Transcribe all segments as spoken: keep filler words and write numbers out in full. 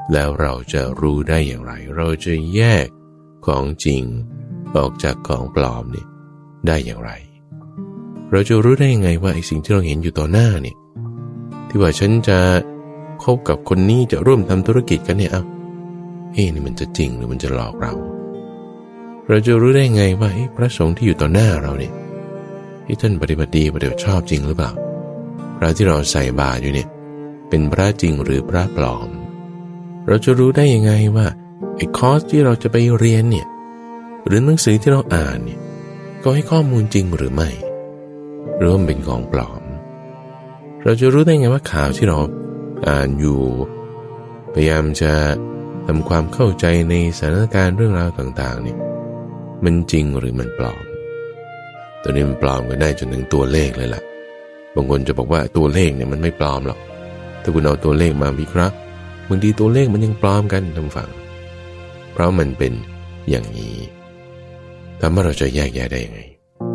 แล้วเราจะรู้ได้อย่างไรเราจะแยกของจริงออกจากของปลอมนี่ได้อย่างไรเราจะรู้ได้ยังไงว่าไอ้สิ่งที่เราเห็นอยู่ต่อหน้าเนี่ยที่ว่าฉันจะคบกับคนนี้จะร่วมทำธุรกิจกันเนี่ยเอ้าเฮ้นี่มันจะจริงหรือมันจะหลอกเราเราจะรู้ได้ไงว่าพระสงฆ์ที่อยู่ต่อหน้าเราเนี่ยที่ท่านปฏิบัติดีปฏิบัติชอบจริงหรือเปล่าพระที่เราใส่บาตรอยู่เนี่ยเป็นพระจริงหรือพระปลอมเราจะรู้ได้ยังไงว่าไอ้คอร์สที่เราจะไปเรียนเนี่ยหรือหนังสือที่เราอ่านเนี่ยก็ให้ข้อมูลจริงหรือไม่หรือมันเป็นของปลอมเราจะรู้ได้ไงว่าข่าวที่เราอ่านอยู่พยายามจะทำความเข้าใจในสถานการณ์เรื่องราวต่างๆเนี่ยมันจริงหรือมันปลอมตัวนี้มันปลอมก็ได้จนถึงตัวเลขเลยล่ะบางคนจะบอกว่าตัวเลขเนี่ยมันไม่ปลอมหรอกถ้าคุณเอาตัวเลขมาวิเคราะห์บางทีตัวเลขมันยังปลอมกันท่านฟังเพราะมันเป็นอย่างนี้ทำให้เราจะแยกแยะได้ยังไง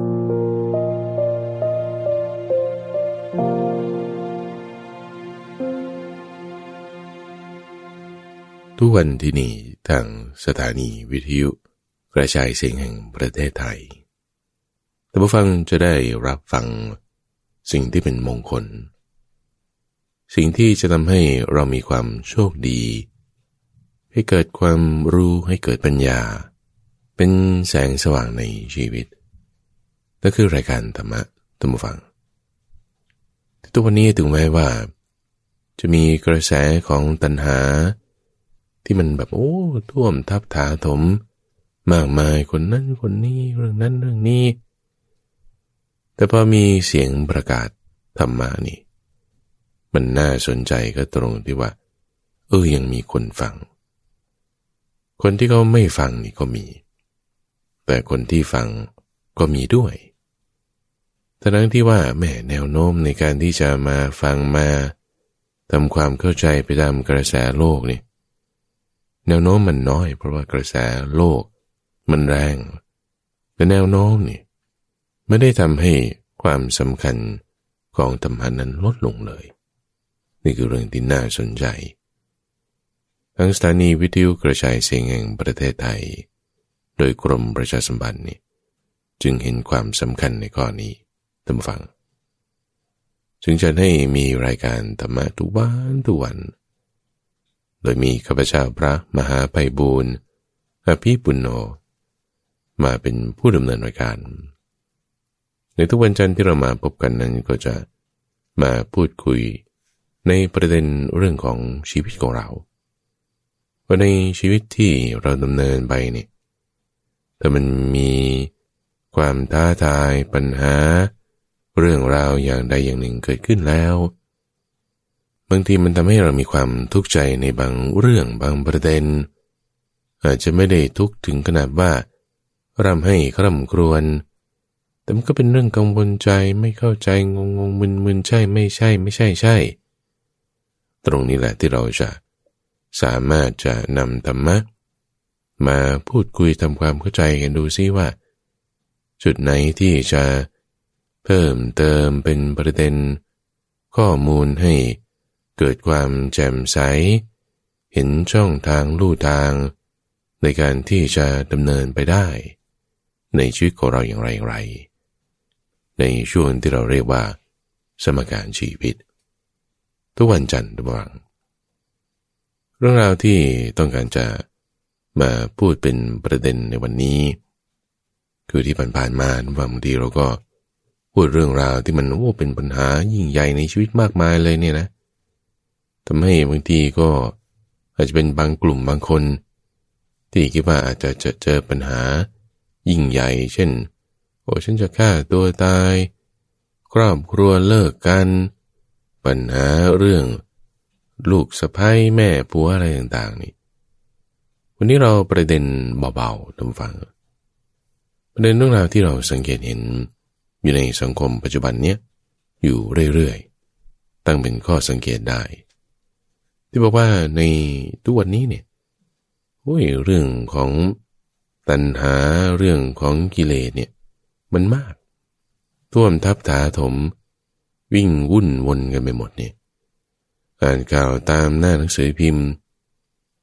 ทุกวันที่นี่ทางสถานีวิทยุกระจายเสียงแห่งประเทศไทยท่านผู้ฟังจะได้รับฟังสิ่งที่เป็นมงคลสิ่งที่จะทำให้เรามีความโชคดีให้เกิดความรู้ให้เกิดปัญญาเป็นแสงสว่างในชีวิตนั่นคือรายการธรรมะท่านผู้ฟังทุกวันนี้ถึงแม้ว่าจะมีกระแสของตัณหาที่มันแบบโอ้ท่วมทับถาถมมากมายคนนั้นคนนี้เรื่องนั้นเรื่องนี้แต่พอมีเสียงประกาศธรรมะนี่มันน่าสนใจก็ตรงที่ว่าเออยังมีคนฟังคนที่เขาไม่ฟังนี่ก็มีแต่คนที่ฟังก็มีด้วยทั้งที่ว่าแม่แนวโน้มในการที่จะมาฟังมาทำความเข้าใจไปตามกระแสโลกนี่แนวโน้มมันน้อยเพราะว่ากระแสโลกมันแรงแต่แนวโน้มนี่ไม่ได้ทำให้ความสำคัญของธรรมะนั้นลดลงเลยนี่คือเรื่องที่น่าสนใจทั้งสถานีวิทยุกระจายเสียงแห่งประเทศไทยโดยกรมประชาสัมพันธ์นี่จึงเห็นความสำคัญในข้อนี้ท่านผู้ฟังจึงจะให้มีรายการธรรมะทุกวันทุกวันโดยมีข้าพเจ้าพระมหาไพบูลย์อภิปุณโญมาเป็นผู้ดำเนินรายการในทุกวันจันทร์ที่เรามาพบกันนั้นก็จะมาพูดคุยในประเด็นเรื่องของชีวิตของเราว่าในชีวิตที่เราดำเนินไปเนี่ยถ้ามันมีความท้าทายปัญหาเรื่องราวอย่างใดอย่างหนึ่งเกิดขึ้นแล้วบางทีมันทำให้เรามีความทุกข์ใจในบางเรื่องบางประเด็นอาจจะไม่ได้ทุกข์ถึงขนาดว่าร่ำให้คร่ำครวญแต่มันก็เป็นเรื่องกังวลใจไม่เข้าใจงงงมึนมึนใช่ไม่ใช่ไม่ใช่ใช่ตรงนี้แหละที่เราจะสามารถจะนำธรรมะมาพูดคุยทำความเข้าใจกันดูซิว่าจุดไหนที่จะเพิ่มเติมเป็นประเด็นข้อมูลให้เกิดความแจ่มใสเห็นช่องทางลู่ทางในการที่จะดำเนินไปได้ในชีวิตของเราอย่างไรอย่างไรในช่วงที่เราเรียกว่าสมการชีวิตทุกวันจันทร์ทุกวันเรื่องราวที่ต้องการจะมาพูดเป็นประเด็นในวันนี้คือที่ผ่านๆมาบางทีเราก็พูดเรื่องราวที่มันโอ้เป็นปัญหายิ่งใหญ่ในชีวิตมากมายเลยเนี่ยนะทำให้บางทีก็อาจจะเป็นบางกลุ่มบางคนที่คิดว่าอาจจะจะเจอปัญหายิ่งใหญ่เช่นโอ้ฉันจะฆ่าตัวตายครอบครัวเลิกกันปัญหาเรื่องลูกสะใภ้แม่ผัวอะไรต่างๆนี่วันนี้เราประเด็นเบาๆท่านฟังประเด็นเรื่องราวที่เราสังเกตเห็นอยู่ในสังคมปัจจุบันเนี้ยอยู่เรื่อยๆตั้งเป็นข้อสังเกตได้ที่บอกว่าในทุกวันนี้เนี่ยโอ้ยเรื่องของตัณหาเรื่องของกิเลสเนี่ยมันมากท่วมทับถาถมวิ่งวุ่นวนกันไปหมดเนี่ยอ่านข่าวตามหน้าหนังสือพิมพ์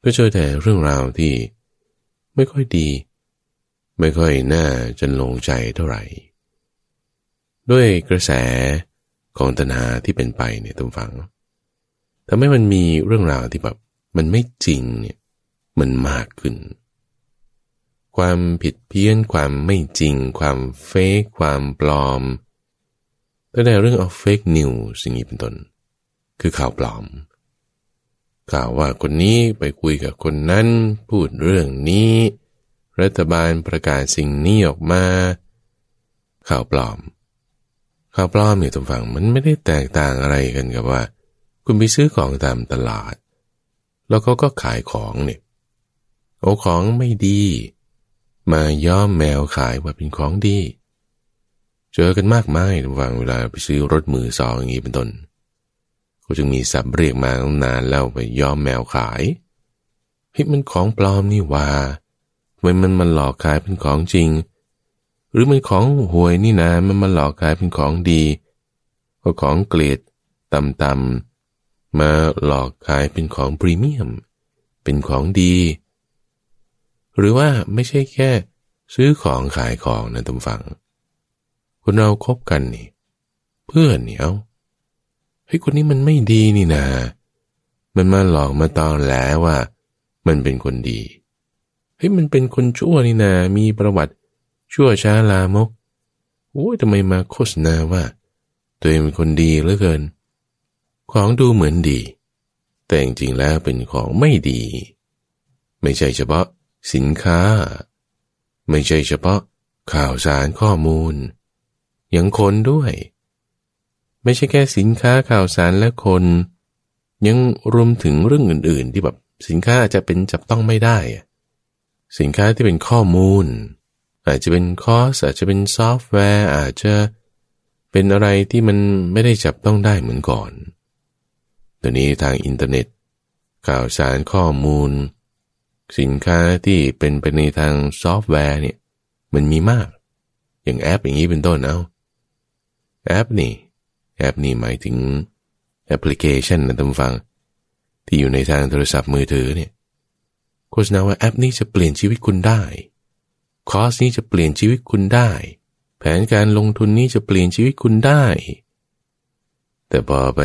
ก็เจอแต่เรื่องราวที่ไม่ค่อยดีไม่ค่อยน่าจะลงใจเท่าไหร่ด้วยกระแสของตัณหาที่เป็นไปเนี่ยทุกฝังทำให้มันมีเรื่องราวที่แบบมันไม่จริงเนี่ยมันมากขึ้นความผิดเพี้ยนความไม่จริงความเฟกความปลอมตั้งแต่เรื่องเอาเฟกนิวสิ่งนี้เป็นต้นคือข่าวปลอมข่าวว่าคนนี้ไปคุยกับคนนั้นพูดเรื่องนี้รัฐบาลประกาศสิ่งนี้ออกมาข่าวปลอมข่าวปลอมเนี่ยทุกฝั่งมันไม่ได้แตกต่างอะไรกันกับว่าคุณไปซื้อของตามตลาดแล้วเขาก็ขายของเนี่ยโอ้ของไม่ดีมาย้อมแมวขายว่าเป็นของดีเจอกันมากมายทุกฝั่งเวลาไปซื้อรถมือสองอย่างนี้เป็นต้นเขาจึงมีศัพท์เรียกมาตั้งนานแล้วไปย้อมแมวขายเฮ้ยมันของปลอมนี่ว่าทำไมมันมันหลอกขายเป็นของจริงหรือมันของห่วยนี่นะมันมาหลอกขายเป็นของดีก็ของเกรดต่ำๆมาหลอกขายเป็นของพรีเมียมเป็นของดีหรือว่าไม่ใช่แค่ซื้อของขายของนะทุกฝั่งคนเราคบกันนี่เพื่อนเนี่ยเฮ้ยคนนี้มันไม่ดีนี่นะมันมาหลอกมาตอนแล้วว่ามันเป็นคนดีเฮ้ยมันเป็นคนชั่วนี่นะมีประวัติชั่วช้าลามกโอ้ยทำไมมาโฆษณาว่าตัวเองเป็นคนดีเหลือเกินของดูเหมือนดีแต่จริงๆแล้วเป็นของไม่ดีไม่ใช่เฉพาะสินค้าไม่ใช่เฉพาะข่าวสารข้อมูลยังคนด้วยไม่ใช่แค่สินค้าข่าวสารและคนยังรวมถึงเรื่องอื่นๆที่แบบสินค้าอาจจะเป็นจับต้องไม่ได้สินค้าที่เป็นข้อมูลอาจจะเป็นคอร์สอาจจะเป็นซอฟต์แวร์อาจจะเป็นอะไรที่มันไม่ได้จับต้องได้เหมือนก่อนตอนนี้ทางอินเทอร์เน็ตข่าวสารข้อมูลสินค้าที่เป็นไปในทางซอฟต์แวร์เนี่ยมันมีมากอย่างแอปอย่างนี้เป็นต้นเอาแอปนี่แอปนี่หมายถึงแอปพลิเคชันนะท่านผู้ฟังที่อยู่ในทางโทรศัพท์มือถือเนี่ยโฆษณาว่าแอปนี้จะเปลี่ยนชีวิตคุณได้คอร์สนี้จะเปลี่ยนชีวิตคุณได้แผนการลงทุนนี้จะเปลี่ยนชีวิตคุณได้แต่พอไป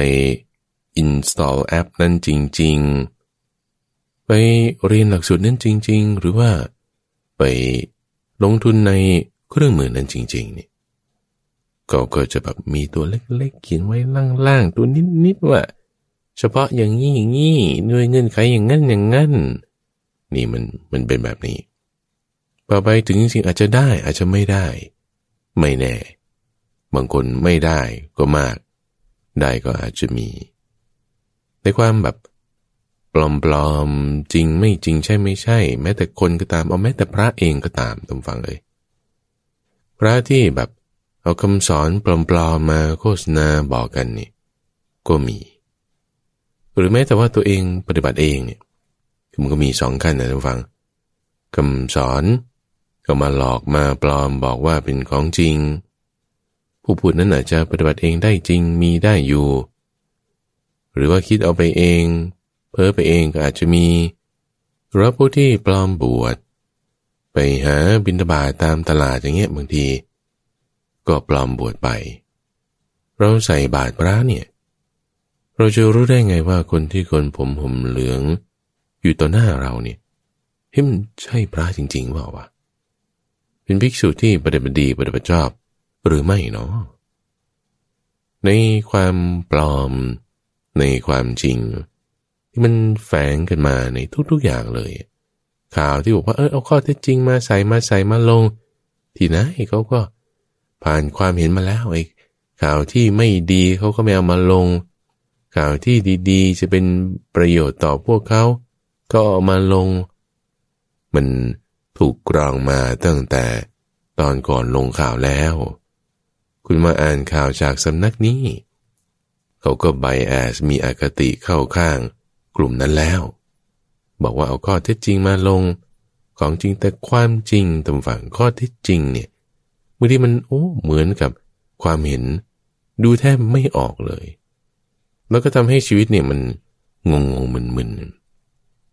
install แอปนั้นจริงๆไปเรียนหลักสูตรนั้นจริงๆหรือว่าไปลงทุนในเครื่องมือนั้นจริงๆเนี่ยก็ก็จะแบบมีตัวเล็กๆเขียนไว้ล่างๆตัวนิดๆว่าเฉพาะอย่างนี้อย่างนี้ด้วยเงื่อนไขอย่างนั้นอย่างนั้นนี่มันมันเป็นแบบนี้พอไปถึงจริงๆอาจจะได้อาจจะไม่ได้ไม่แน่บางคนไม่ได้ก็มากได้ก็อาจจะมีในความแบบปลอมๆจริงไม่จริงใช่ไม่ใช่แม้แต่คนก็ตามเอาแม้แต่พระเองก็ตามตามฟังเลยพระที่แบบเอาคำสอนปลอมๆมาโฆษณาบอกกันนี่ก็มีหรือแม้แต่ว่าตัวเองปฏิบัติเองเนี่ยมันก็มีสองขั้นนะท่านฟังคำสอนก็มาหลอกมาปลอมบอกว่าเป็นของจริงผู้พูดนั้นอาจจะปฏิบัติเองได้จริงมีได้อยู่หรือว่าคิดเอาไปเองเพ้อไปเองก็อาจจะมีหรือผู้ที่ปลอมบวชไปหาบิณฑบาตตามตลาดอย่างเงี้ยบางทีก็ปลอมบวชไปเราใส่บาตรพระเนี่ยเราจะรู้ได้ไงว่าคนที่คนผมห่มเหลืองอยู่ต่อหน้าเราเนี่ยเฮ้ยมันใช่พระจริงๆเปล่าวะเป็นภิกษุที่ปฏิบัติดีปฏิบัติชอบหรือไม่เนาะในความปลอมในความจริงที่มันแฝงกันมาในทุกๆอย่างเลยข่าวที่บอกว่าเออเอาข้อเท็จจริงมาใส่มาใส่มาลงที่ไหนเขาก็ผ่านความเห็นมาแล้วไอ้ข่าวที่ไม่ดีเขาก็ไม่เอามาลงข่าวที่ดีๆจะเป็นประโยชน์ต่อพวกเขาก็เอามาลงมันถูกกรองมาตั้งแต่ตอนก่อนลงข่าวแล้วคุณมาอ่านข่าวจากสำนักนี้เขาก็ไบแอสมีอคติเข้าข้างกลุ่มนั้นแล้วบอกว่าเอาข้อเท็จจริงมาลงของจริงแต่ความจริงตามฝั่งข้อเท็จจริงเนี่ยบางทีมันโอ้เหมือนกับความเห็นดูแทบไม่ออกเลยแล้วก็ทำให้ชีวิตเนี่ยมันงงงมึนมึน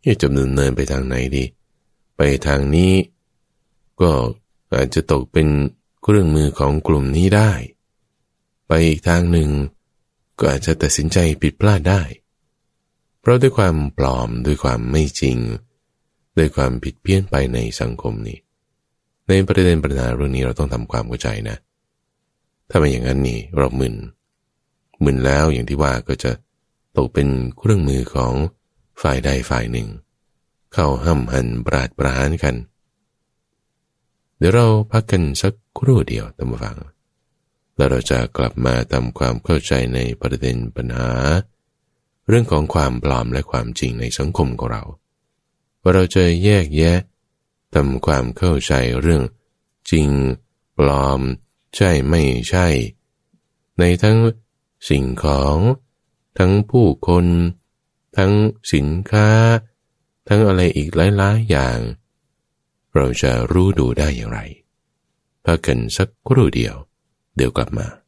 จะดำเนินไปทางไหนดีไปทางนี้ก็อาจจะตกเป็นเครื่องมือของกลุ่มนี้ได้ไปอีกทางหนึ่งก็อาจจะตัดสินใจผิดพลาดได้เพราะด้วยความปลอมด้วยความไม่จริงด้วยความผิดเพี้ยนไปในสังคมนี้ในประเด็นปัญหาเรื่องนี้เราต้องทำความเข้าใจนะถ้าไม่อย่างนั้นนี่เรามึนมึนแล้วอย่างที่ว่าก็จะตกเป็นเครื่องมือของฝ่ายใดฝ่ายหนึ่งเข้าห้ำหันปราดปรานกันเดี๋ยวเราพักกันสักครู่เดียวตามฟังแล้วเราจะกลับมาทำความเข้าใจในประเด็นปัญหาเรื่องของความปลอมและความจริงในสังคมของเราว่าเราจะแยกแยะทำความเข้าใจเรื่องจริงปลอมใช่ไม่ใช่ในทั้งสิ่งของทั้งผู้คนทั้งสินค้าทั้งอะไรอีกหลายๆอย่างเราจะรู้ดูได้อย่างไรพักกันสักครู่เดียวเดี๋ยวกลับมา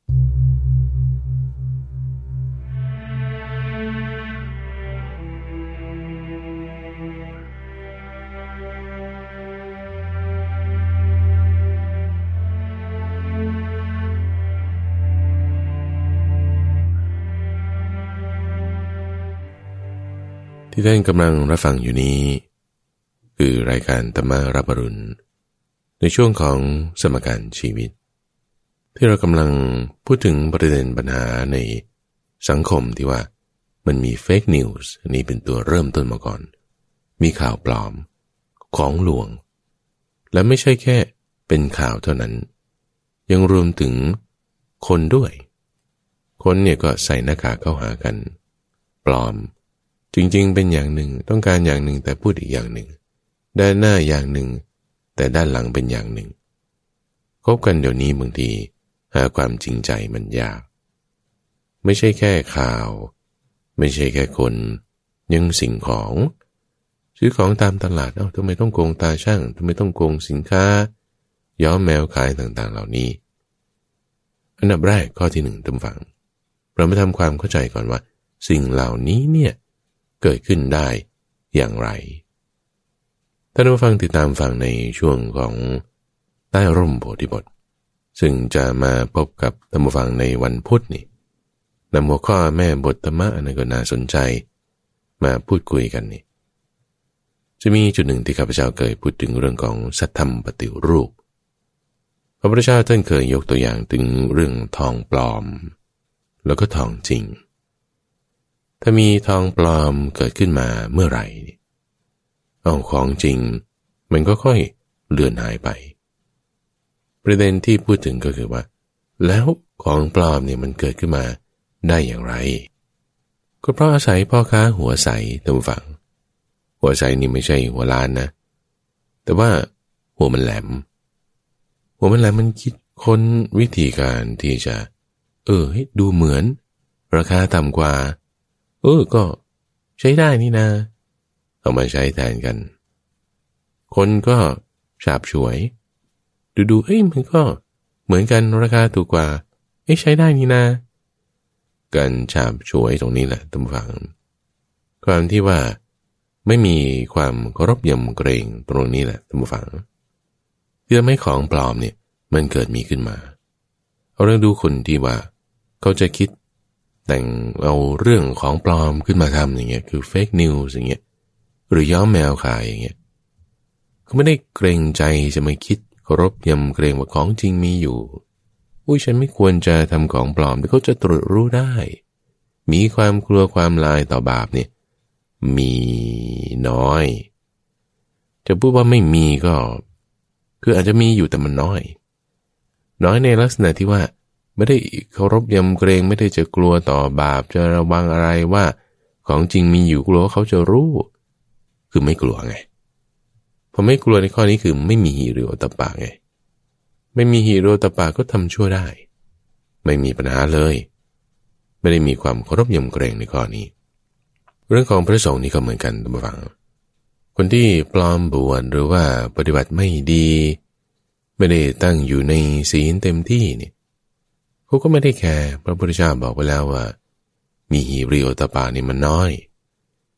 ที่ท่านกำลังรับฟังอยู่นี้คือรายการธรรมารับอรุณในช่วงของสมการชีวิตที่เรากำลังพูดถึงประเด็นปัญหาในสังคมที่ว่ามันมีเฟกนิวส์อันนี้เป็นตัวเริ่มต้นมาก่อนมีข่าวปลอมของลวงและไม่ใช่แค่เป็นข่าวเท่านั้นยังรวมถึงคนด้วยคนเนี่ยก็ใส่หน้ากากเข้าหากันปลอมจริงๆเป็นอย่างหนึ่งต้องการอย่างหนึ่งแต่พูดอีกอย่างหนึ่งด้านหน้าอย่างหนึ่งแต่ด้านหลังเป็นอย่างหนึ่งคบกันเดี๋ยวนี้บางทีหาความจริงใจมันยากไม่ใช่แค่ข่าวไม่ใช่แค่คนยังสิ่งของซื้อของตามตลาดเอ้าทำไมต้องโกงตาช่างทำไมต้องโกงสินค้าย้อมแมวขายต่างๆเหล่านี้อันดับแรกข้อที่หนึ่งท่านฟังเรามาทำความเข้าใจก่อนว่าสิ่งเหล่านี้เนี่ยเกิดขึ้นได้อย่างไรท่านผู้ฟังติดตามฟังในช่วงของใต้ร่มโพธิบทซึ่งจะมาพบกับท่านผู้ฟังในวันพุธนี่นำหัวข้อแม่บทธรรมะอันก็น่าสนใจมาพูดคุยกันนี่จะมีจุดหนึ่งที่ข้าพเจ้าเคยพูดถึงเรื่องของสัทธรรมปฏิรูปพระพุทธเจ้าท่านเคยยกตัวอย่างถึงเรื่องทองปลอมแล้วก็ทองจริงถ้ามีทองปลอมเกิดขึ้นมาเมื่อไหร่เอาของจริงมันก็ค่อยเลือนหายไปประเด็นที่พูดถึงก็คือว่าแล้วของปลอมเนี่ยมันเกิดขึ้นมาได้อย่างไรก็เพราะอาศัยพ่อค้าหัวใสท่านผู้ฟังหัวใสนี่ไม่ใช่หัวล้านนะแต่ว่าหัวมันแหลมหัวมันแหลมมันคิดค้นวิธีการที่จะเออให้ดูเหมือนราคาต่ำกว่าเออก็ใช้ได้นี่นะเอามาใช้แทนกันคนก็ฉาบฉวยดูๆเอ้ยมันก็เหมือนกันราคาถูกกว่าเอ้ยใช้ได้นี่นะการฉาบฉวยตรงนี้แหละท่านผู้ฟังความที่ว่าไม่มีความเคารพยำเกรงตรงนี้แหละท่านผู้ฟังที่ทำให้ของปลอมเนี่ยมันเกิดมีขึ้นมาเอาเรื่องดูคนที่ว่าเขาจะคิดแต่งเอาเรื่องของปลอมขึ้นมาทำอย่างเงี้ยคือเฟกนิวส์อย่างเงี้ยหรือย้อมแมวขายอย่างเงี้ยเขาไม่ได้เกรงใจจะไม่คิดเคารพยำเกรงว่าของจริงมีอยู่อุ้ยฉันไม่ควรจะทำของปลอมที่เขาจะตรวจรู้ได้มีความกลัวความลายต่อบาปเนี่ยมีน้อยจะพูดว่าไม่มีก็คืออาจจะมีอยู่แต่มันน้อยน้อยในลักษณะที่ว่าไม่ได้เคารพยำเกรงไม่ได้จะกลัวต่อบาปจะระวังอะไรว่าของจริงมีอยู่กลัวเขาจะรู้คือไม่กลัวไงพอไม่กลัวในข้อนี้คือไม่มีหิริโอตตัปปะไงไม่มีหิริโอตตัปปะก็ทำชั่วได้ไม่มีปัญหาเลยไม่ได้มีความเคารพยำเกรงในข้อนี้เรื่องของพระสงฆ์นี่ก็เหมือนกันท่านผู้ฟังคนที่ปลอมบวชหรือว่าปฏิบัติไม่ดีไม่ได้ตั้งอยู่ในศีลเต็มที่นี่เขาก็ไม่ได้แคร์พระพุทธเจ้าบอกไว้แล้วว่ามีหิริโอตตัปปะนี่มันน้อย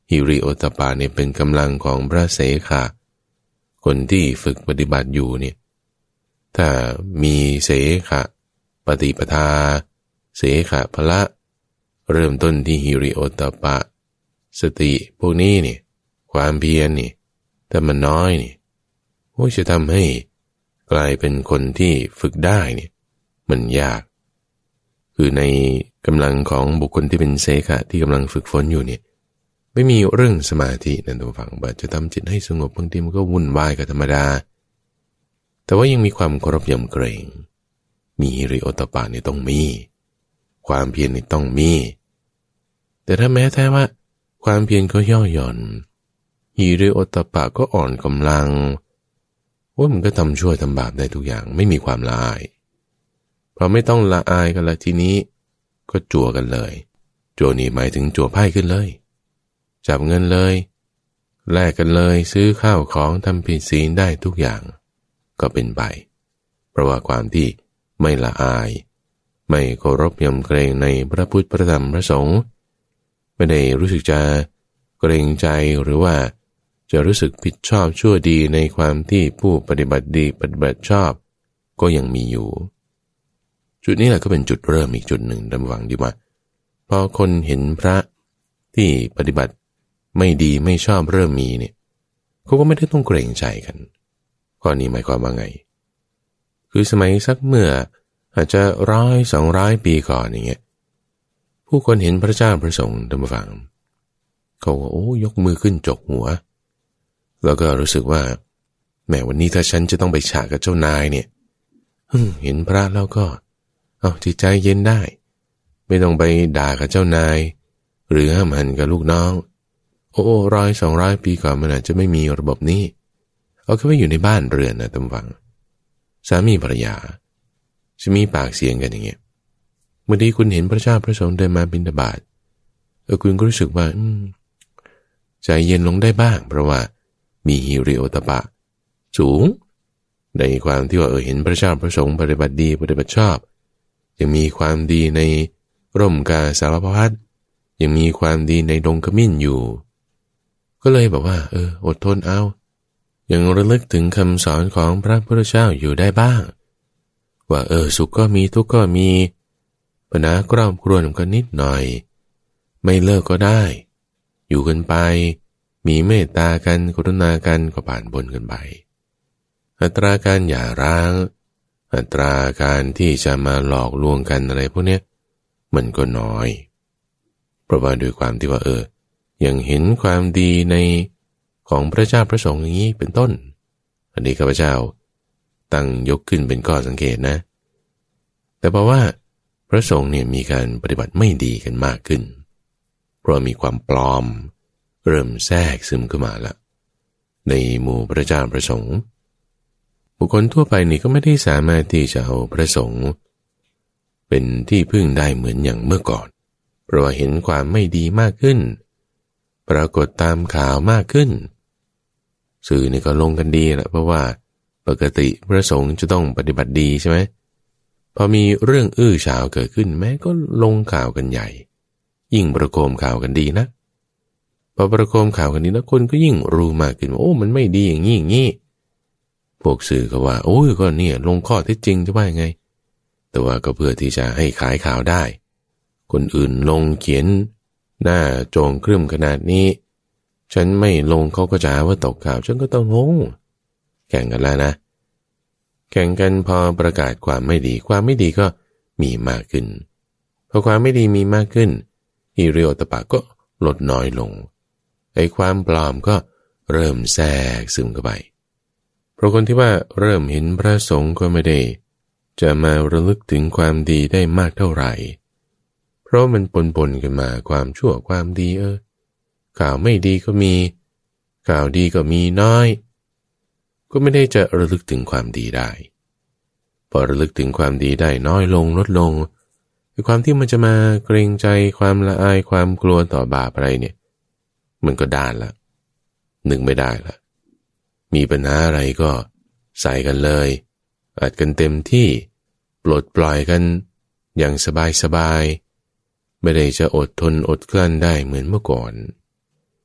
ฮิริโอตตัปปะเนี่ยเป็นกำลังของพระเสขะคนที่ฝึกปฏิบัติอยู่เนี่ยถ้ามีเสขะปฏิปทาเสขะพละเริ่มต้นที่ฮิริโอตตัปปะสติพวกนี้เนี่ยความเพียรนี่ถ้ามันน้อยนี่โอ้จะทำให้กลายเป็นคนที่ฝึกได้เนี่ยมันยากคือในกำลังของบุคคลที่เป็นเสขะที่กำลังฝึกฝนอยู่เนี่ยไม่มีเรื่องสมาธินั่นตัวฝังบัดจะทำจิตให้สงบบางทีมันก็วุ่นวายกับธรรมดาแต่ว่ายังมีความเคารพยำเกรงมีฮิริโอตตัปปะนี่ต้องมีความเพียรนี่ต้องมีแต่ถ้าแม้แท้ว่าความเพียรก็ย่อหย่อนฮิริโอตตัปปะก็อ่อนกำลังว่ามันก็ทำชั่วทำบาปได้ทุกอย่างไม่มีความละอายพอไม่ต้องละอายกันละทีนี้ก็จั่วกันเลยจั่วนี่หมายถึงจั่วไพ่ขึ้นเลยจับเงินเลยแลกกันเลยซื้อข้าวของทำผิดศีลได้ทุกอย่างก็เป็นไปเพราะว่าความที่ไม่ละอายไม่เคารพยำเกรงในพระพุทธพระธรรมพระสงฆ์ไม่ได้รู้สึกจะเกรงใจหรือว่าจะรู้สึกผิดชอบชั่วดีในความที่ผู้ปฏิบัติดีปฏิบัติชอบก็ยังมีอยู่จุดนี้แหละก็เป็นจุดเริ่มอีกจุดหนึ่งระหว่างที่ว่าพอคนเห็นพระที่ปฏิบัติไม่ดีไม่ชอบเริ่มมีเนี่ยเขาก็ไม่ได้ต้องเกรงใจกันข้อนี้หมายความว่าไงคือสมัยสักเมื่ออาจจะร้อยสองร้อยปีก่อนอย่างเงี้ยผู้คนเห็นพระเจ้าพระสงฆ์ธรรมฟังเขาว่าโอ้ยกมือขึ้นจกหัวแล้วก็รู้สึกว่าแม้วันนี้ถ้าฉันจะต้องไปฉากกับเจ้านายเนี่ยเห็นพระแล้วก็เอาจิตใจเย็นได้ไม่ต้องไปด่ากับเจ้านายหรือห้ามหันกับลูกน้องโอ้ร้อยสองร้อยปีก่อนมันอาจจะไม่มีระบบนี้เอาแค่ว่าอยู่ในบ้านเรือนนะท่านฟังสามีภรรยาจะมีปากเสียงกันอย่างเงี้ยเมื่อดีคุณเห็นพระเจ้าพระสงฆ์เดินมาบิณฑบาตเออคุณก็รู้สึกว่าใจเย็นลงได้บ้างเพราะว่ามีฮิริโอตตัปปะสูงในความที่ว่าเออเห็นพระเจ้าพระสงฆ์ปฏิบัติดีปฏิบัติชอบยังมีความดีในร่มกาสาวพัสยังมีความดีในดงขมิ้นอยู่ก็เลยบอกว่าเอออดทนเอายังระลึกถึงคำสอนของพระพุทธเจ้าอยู่ได้บ้างว่าเออสุขก็มีทุกข์ก็มีปัญหากรอบครวนกันนิดหน่อยไม่เลิกก็ได้อยู่กันไปมีเมตตากันกรุณากันก็ผ่านบนกันไปอัตราการหย่าร้างอัตราการที่จะมาหลอกลวงกันอะไรพวกนี้มันก็น้อยเพราะว่าด้วยความที่ว่าเออยังเห็นความดีในของพระเจ้าพระสงฆ์อย่างนี้เป็นต้นอันนี้ข้าพเจ้าตั้งยกขึ้นเป็นข้อสังเกตนะแต่เพราะว่าพระสงฆ์เนี่ยมีการปฏิบัติไม่ดีกันมากขึ้นเพราะมีความปลอมเริ่มแทรกซึมเข้ามาละในหมู่พระเจ้าพระสงฆ์บุคคลทั่วไปนี่ก็ไม่ได้สามารถที่จะเอาพระสงฆ์เป็นที่พึ่งได้เหมือนอย่างเมื่อก่อนเพราะว่าเห็นความไม่ดีมากขึ้นปรากฏตามข่าวมากขึ้นสื่อนี่ก็ลงกันดีแหละเพราะว่าปกติพระสงฆ์จะต้องปฏิบัติดีใช่ไหมพอมีเรื่องอื้อฉาวเกิดขึ้นแม้ก็ลงข่าวกันใหญ่ยิ่งประโคมข่าวกันดีนะพอประโคมข่าวกันนี้แล้วคนก็ยิ่งรู้มากขึ้นว่าโอ้มันไม่ดีอย่างนี้อย่างนี้พวกสื่อก็ว่าโอ้ยก็เนี่ยลงข้อเท็จจริงจะว่ายังไงแต่ว่าก็เพื่อที่จะให้ขายข่าวได้คนอื่นลงเขียนหน้าโจงครึ่มขนาดนี้ฉันไม่ลงเขาก็จะหาว่าตกข่าวฉันก็ต้องลงแข่งกันแล้วนะแข่งกันพอประกาศความไม่ดีความไม่ดีก็มีมากขึ้นพอความไม่ดีมีมากขึ้นฮิริโอตตัปปะก็ลดน้อยลงไอ้ความปลอมก็เริ่มแทรกซึมเข้าไปเพราะคนที่ว่าเริ่มเห็นพระสงฆ์ก็ไม่ได้จะมาระลึกถึงความดีได้มากเท่าไหร่เพราะมันปนๆกันมาความชั่วความดีเออข่าวไม่ดีก็มีข่าวดีก็มีน้อยก็ไม่ได้จะระลึกถึงความดีได้พอระลึกถึงความดีได้น้อยลงลดลงความที่มันจะมาเกรงใจความละอายความกลัวต่อบาปอะไรเนี่ยมันก็ด้านละหนึ่งไม่ได้ละมีปัญหาอะไรก็ใส่กันเลยอัดกันเต็มที่ปลดปล่อยกันอย่างสบายๆไม่ได้จะอดทนอดกลั้นได้เหมือนเมื่อก่อน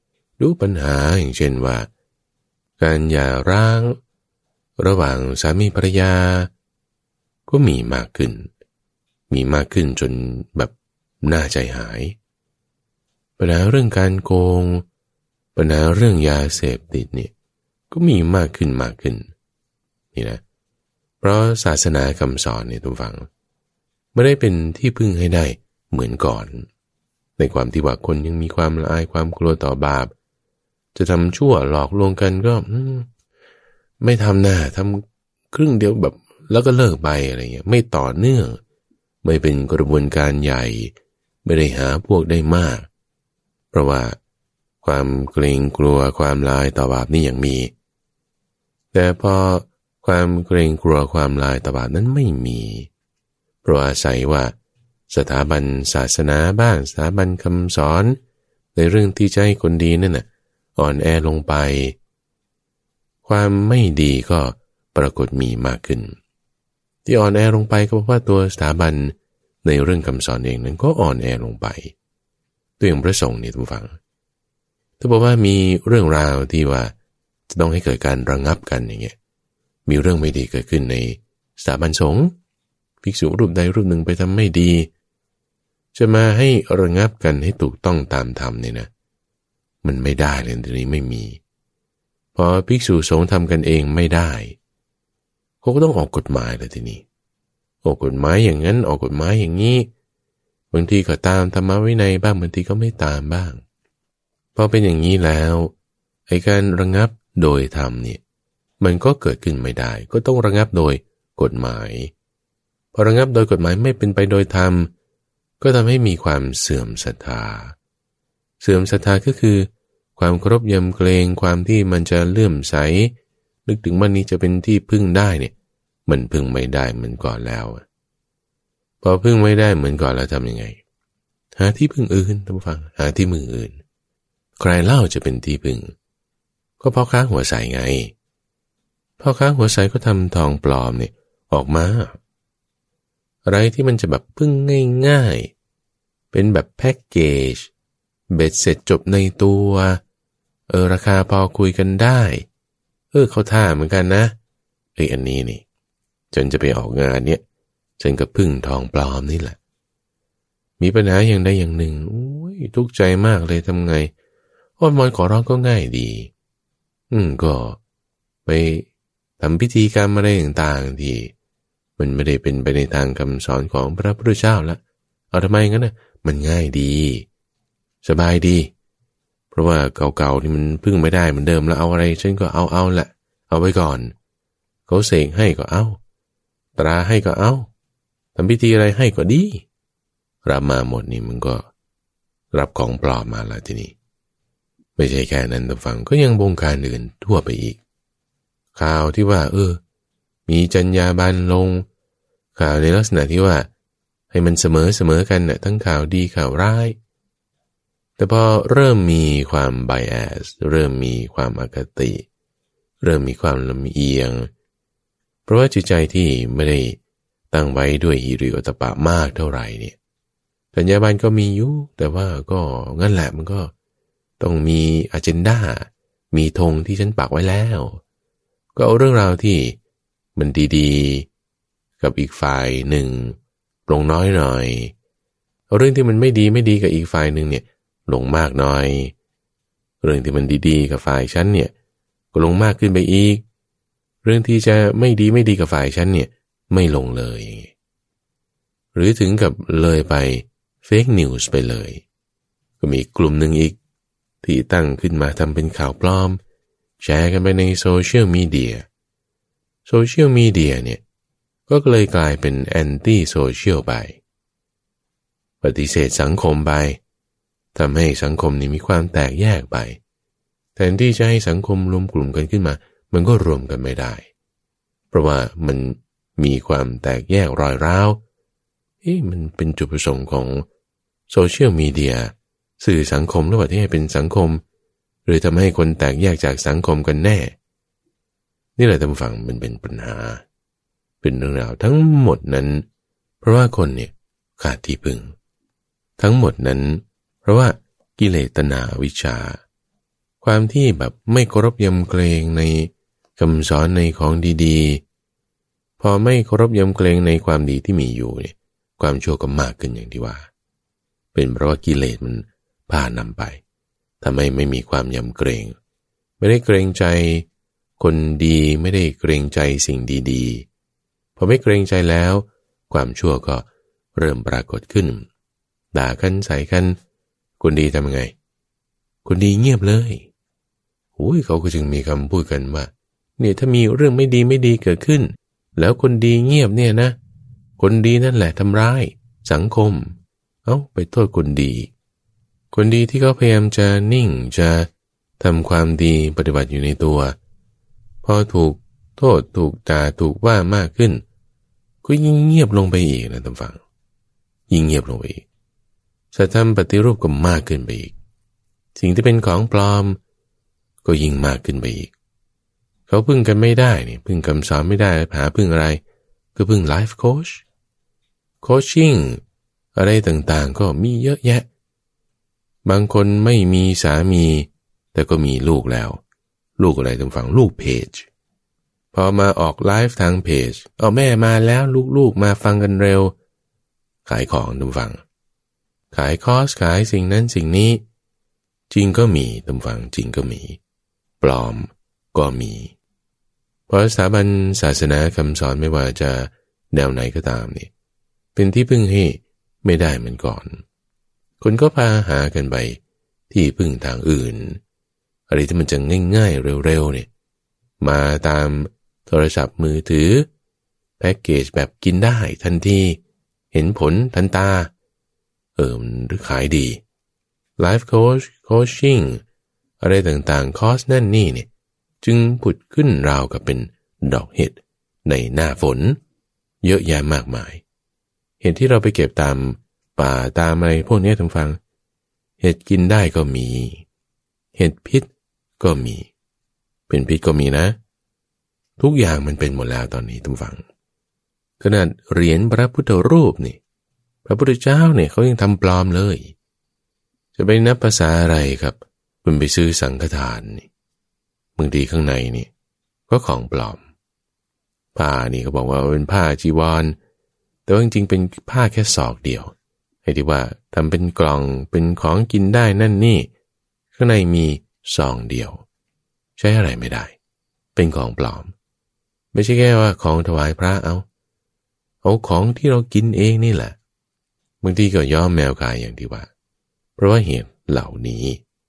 ดูปัญหาอย่างเช่นว่าการหย่าร้างระหว่างสามีภรรยาก็มีมากขึ้นมีมากขึ้นจนแบบน่าใจหายปัญหาเรื่องการโกงปัญหาเรื่องยาเสพติดเนี่ยก็มีมากขึ้นมากขึ้นนี่นะเพราะศาสนาคำสอนเนี่ยทุกฝังไม่ได้เป็นที่พึ่งให้ได้เหมือนก่อนในความที่ว่าคนยังมีความละอายความกลัวต่อบาปจะทำชั่วหลอกลวงกันก็ไม่ทำหน้าทำครึ่งเดียวแบบแล้วก็เลิกไปอะไรเงี้ยไม่ต่อเนื่องไม่เป็นกระบวนการใหญ่ไม่ได้หาพวกได้มากเพราะว่าความเกรงกลัวความลายต่อบาปนี่ยังมีแต่พอความเกรงกลัวความลายต่อบาปนั้นไม่มีเพราะอาศัยว่าสถาบันศาสนาบ้างสถาบันคำสอนในเรื่องที่จะให้คนดีนั่นน่ะอ่อนแอลงไปความไม่ดีก็ปรากฏมีมากขึ้นที่อ่อนแอลงไปก็เพราะว่าตัวสถาบันในเรื่องคำสอนเองนั้นก็อ่อนแอลงไปตัวอย่างพระสงฆ์เนี่ยทุกฝังถ้าบอกว่ามีเรื่องราวที่ว่าจะต้องให้เกิดการระงับกันอย่างเงี้ยมีเรื่องไม่ดีเกิดขึ้นในสถาบันสงฆ์ภิกษุรูปใดรูปหนึ่งไปทำไม่ดีจะมาให้ระงับกันให้ถูกต้องตามธรรมเนี่ยนะมันไม่ได้เลยทีนี้ไม่มีพอภิกษุสงฆ์ทำกันเองไม่ได้เขาก็ต้องออกกฎหมายเลยทีนี้ออกกฎหมายอย่างนั้นออกกฎหมายอย่างนี้บางทีก็ตามธรรมวินัยบ้างบางทีก็ไม่ตามบ้างพอเป็นอย่างนี้แล้วไอ้การระงับโดยธรรมเนี่ยมันก็เกิดขึ้นไม่ได้ก็ต้องระงับโดยกฎหมายพอระงับโดยกฎหมายไม่เป็นไปโดยธรรมก็ทำให้มีความเสื่อมศรัทธาเสื่อมศรัทธาก็คือความเคารพยำเกรงความที่มันจะเลื่อมใสนึกถึงมันนี้จะเป็นที่พึ่งได้เนี่ยมันพึ่งไม่ได้เหมือนก่อนแล้วพอพึ่งไม่ได้เหมือนก่อนแล้วทำยังไงหาที่พึ่งอื่นท่านผู้ฟังหาที่พึ่งอื่นใครเล่าจะเป็นที่พึ่งก็พ่อค้าหัวใสไงพ่อค้าหัวใสก็ทำทองปลอมเนี่ยออกมาอะไรที่มันจะแบบพึ่งง่ายๆเป็นแบบแพ็กเกจเบ็ดเสร็จจบในตัวเออราคาพอคุยกันได้เออเขาท่าเหมือนกันนะไอ้อันนี้นี่จนจะไปออกงานเนี่ยฉันก็พึ่งทองปลอมนี่แหละมีปัญหาอย่างใดอย่างหนึ่งโอ้ยทุกข์ใจมากเลยทำไงอ้อนวอนขอร้องก็ง่ายดีอืมก็ไปทำพิธีกรรมอะไรต่างๆที่มันไม่ได้เป็นไปในทางคำสอนของพระพุทธเจ้าละเอาทำไมงั้นนะมันง่ายดีสบายดีเพราะว่าเก่าๆที่มันพึ่งไม่ได้เหมือนเดิมแล้วเอาอะไรฉันก็เอาเอาแหละเอาไว้ก่อนเขาเสกให้ก็เอาตราให้ก็เอาทำพิธีอะไรให้ก็ดีรับมาหมดนี่มันก็รับของปลอมมาแล้วทีนี้ไม่ใช่แค่นั้นแต่ฟังก็ยังบงการอื่นทั่วไปอีกข่าวที่ว่าเออมีจรรยาบรรณลงข่าวในลักษณะที่ว่าให้มันเสมอเสมอกันน่ะทั้งข่าวดีข่าวร้ายแต่พอเริ่มมีความไบแอสเริ่มมีความอคติเริ่มมีความลำเอียงเพราะว่าจิตใจที่ไม่ได้ตั้งไว้ด้วยหิริโอตปะมากเท่าไหร่เนี่ยจรรยาบรรณก็มีอยู่แต่ว่าก็งั้นแหละมันก็ต้องมีอเจนดามีธงที่ฉันปักไว้แล้วก็เอาเรื่องราวที่มันดีๆกับอีกฝ่ายหนึ่งลงน้อยหน่อยเอาเรื่องที่มันไม่ดีไม่ดีกับอีกฝ่ายหนึ่งเนี่ยลงมากหน่อยเรื่องที่มันดีๆกับฝ่ายฉันเนี่ยก็ลงมากขึ้นไปอีกเรื่องที่จะไม่ดีไม่ดีกับฝ่ายฉันเนี่ยไม่ลงเลยหรือถึงกับเลยไปเฟกนิวส์ไปเลยก็มีกลุ่มหนึ่งอีกที่ตั้งขึ้นมาทำเป็นข่าวปลอมแชร์กันไปในโซเชียลมีเดียโซเชียลมีเดียเนี่ยก็เลยกลายเป็นแอนตี้โซเชียลไปปฏิเสธสังคมไปทำให้สังคมนี้มีความแตกแยกไปแทนที่จะให้สังคมรวมกลุ่มกันขึ้นมามันก็รวมกันไม่ได้เพราะว่ามันมีความแตกแยกรอยร้าวเอ๊ะมันเป็นจุดประสงค์ของโซเชียลมีเดียสื่อสังคมหรือว่าที่ให้เป็นสังคมหรือทำให้คนแตกแยกจากสังคมกันแน่นี่แหละท่านผู้ฟังมันเป็นปัญหาเป็นเรื่องราวทั้งหมดนั้นเพราะว่าคนเนี่ยขาดที่พึ่งทั้งหมดนั้นเพราะว่ากิเลสตัณหาวิชชาความที่แบบไม่เคารพยำเกรงในคำสอนในของดีๆพอไม่เคารพยำเกรงในความดีที่มีอยู่เนี่ยความชั่วก็มากขึ้นอย่างที่ว่าเป็นเพราะว่ากิเลสมันพานำไปทำให้ไม่มีความยำเกรงไม่ได้เกรงใจคนดีไม่ได้เกรงใจสิ่งดีๆพอไม่เกรงใจแล้วความชั่วก็เริ่มปรากฏขึ้นด่ากันใส่กันคนดีทำยังไงคนดีเงียบเลยโอ้ยเขาก็จึงมีคำพูดกันว่าเนี่ยถ้ามีเรื่องไม่ดีไม่ดีเกิดขึ้นแล้วคนดีเงียบเนี่ยนะคนดีนั่นแหละทำร้ายสังคมเอ้าไปโทษคนดีคนดีที่เขาพยายามจะนิ่งจะทำความดีปฏิบัติอยู่ในตัวพอถูกโทษถูกด่าถูกว่ามากขึ้นก็ยิ่งเงียบลงไปอีกนะท่านฟังยิ่งเงียบลงไปอีกสัจธรรมปฏิรูปก็มากขึ้นไปอีกสิ่งที่เป็นของปลอมก็ยิ่งมากขึ้นไปอีกเขาพึ่งกันไม่ได้นี่พึ่งคำสอนไม่ได้หาพึ่งอะไรก็พึ่งไลฟ์โค้ชโคชชิ่งอะไรต่างๆก็มีเยอะแยะบางคนไม่มีสามีแต่ก็มีลูกแล้วลูกอะไรท่านฟังลูกเพจพอมาออกไลฟ์ทางเพจเอาแม่มาแล้วลูกๆมาฟังกันเร็วขายของท่านฟังขายคอร์สขายสิ่งนั้นสิ่งนี้จริงก็มีท่านฟังจริงก็มีปลอมก็มีเพราะสถาบันศาสนาคำสอนไม่ว่าจะแนวไหนก็ตามนี่เป็นที่พึ่งให้ไม่ได้เหมือนก่อนคนก็พาหากันไปที่พึ่งทางอื่นอะไรที่มันจะง่ายๆเร็วๆเนี่ยมาตามโทรศัพท์มือถือแพ็กเกจแบบกินได้ทันทีเห็นผลทันตาเออมันขายดีไลฟ์โค้ชโคชชิ่งอะไรต่างๆคอร์สนั่นนี่เนี่ยจึงผุดขึ้นราวกับเป็นดอกเห็ดในหน้าฝนเยอะแยะมากมายเห็ดที่เราไปเก็บตามป่าตามอะไรพวกนี้ท่านฟังเห็ดกินได้ก็มีเห็ดพิษก็มีเป็นพิษก็มีนะทุกอย่างมันเป็นหมดแล้วตอนนี้ท่านฟังขนาดเหรียญพระพุทธรูปนี่พระพุทธเจ้าเนี่ยเขายังทำปลอมเลยจะไปนับภาษาอะไรครับคุณไปซื้อสังฆทานนี่บางทีข้างในนี่ก็ของปลอมผ้านี่เขาบอกว่าเป็นผ้าจีวรแต่ว่าจริงๆเป็นผ้าแค่ศอกเดียวไอ้ที่ว่าทำเป็นกล่องเป็นของกินได้นั่นนี่ข้างในมีซองเดียวใช้อะไรไม่ได้เป็นของปลอมไม่ใช่แค่ว่าของถวายพระเอาเอาของที่เรากินเองนี่แหละบางทีก็ย้อมแมวกายอย่างที่ว่าเพราะว่าเหตุเหล่านี้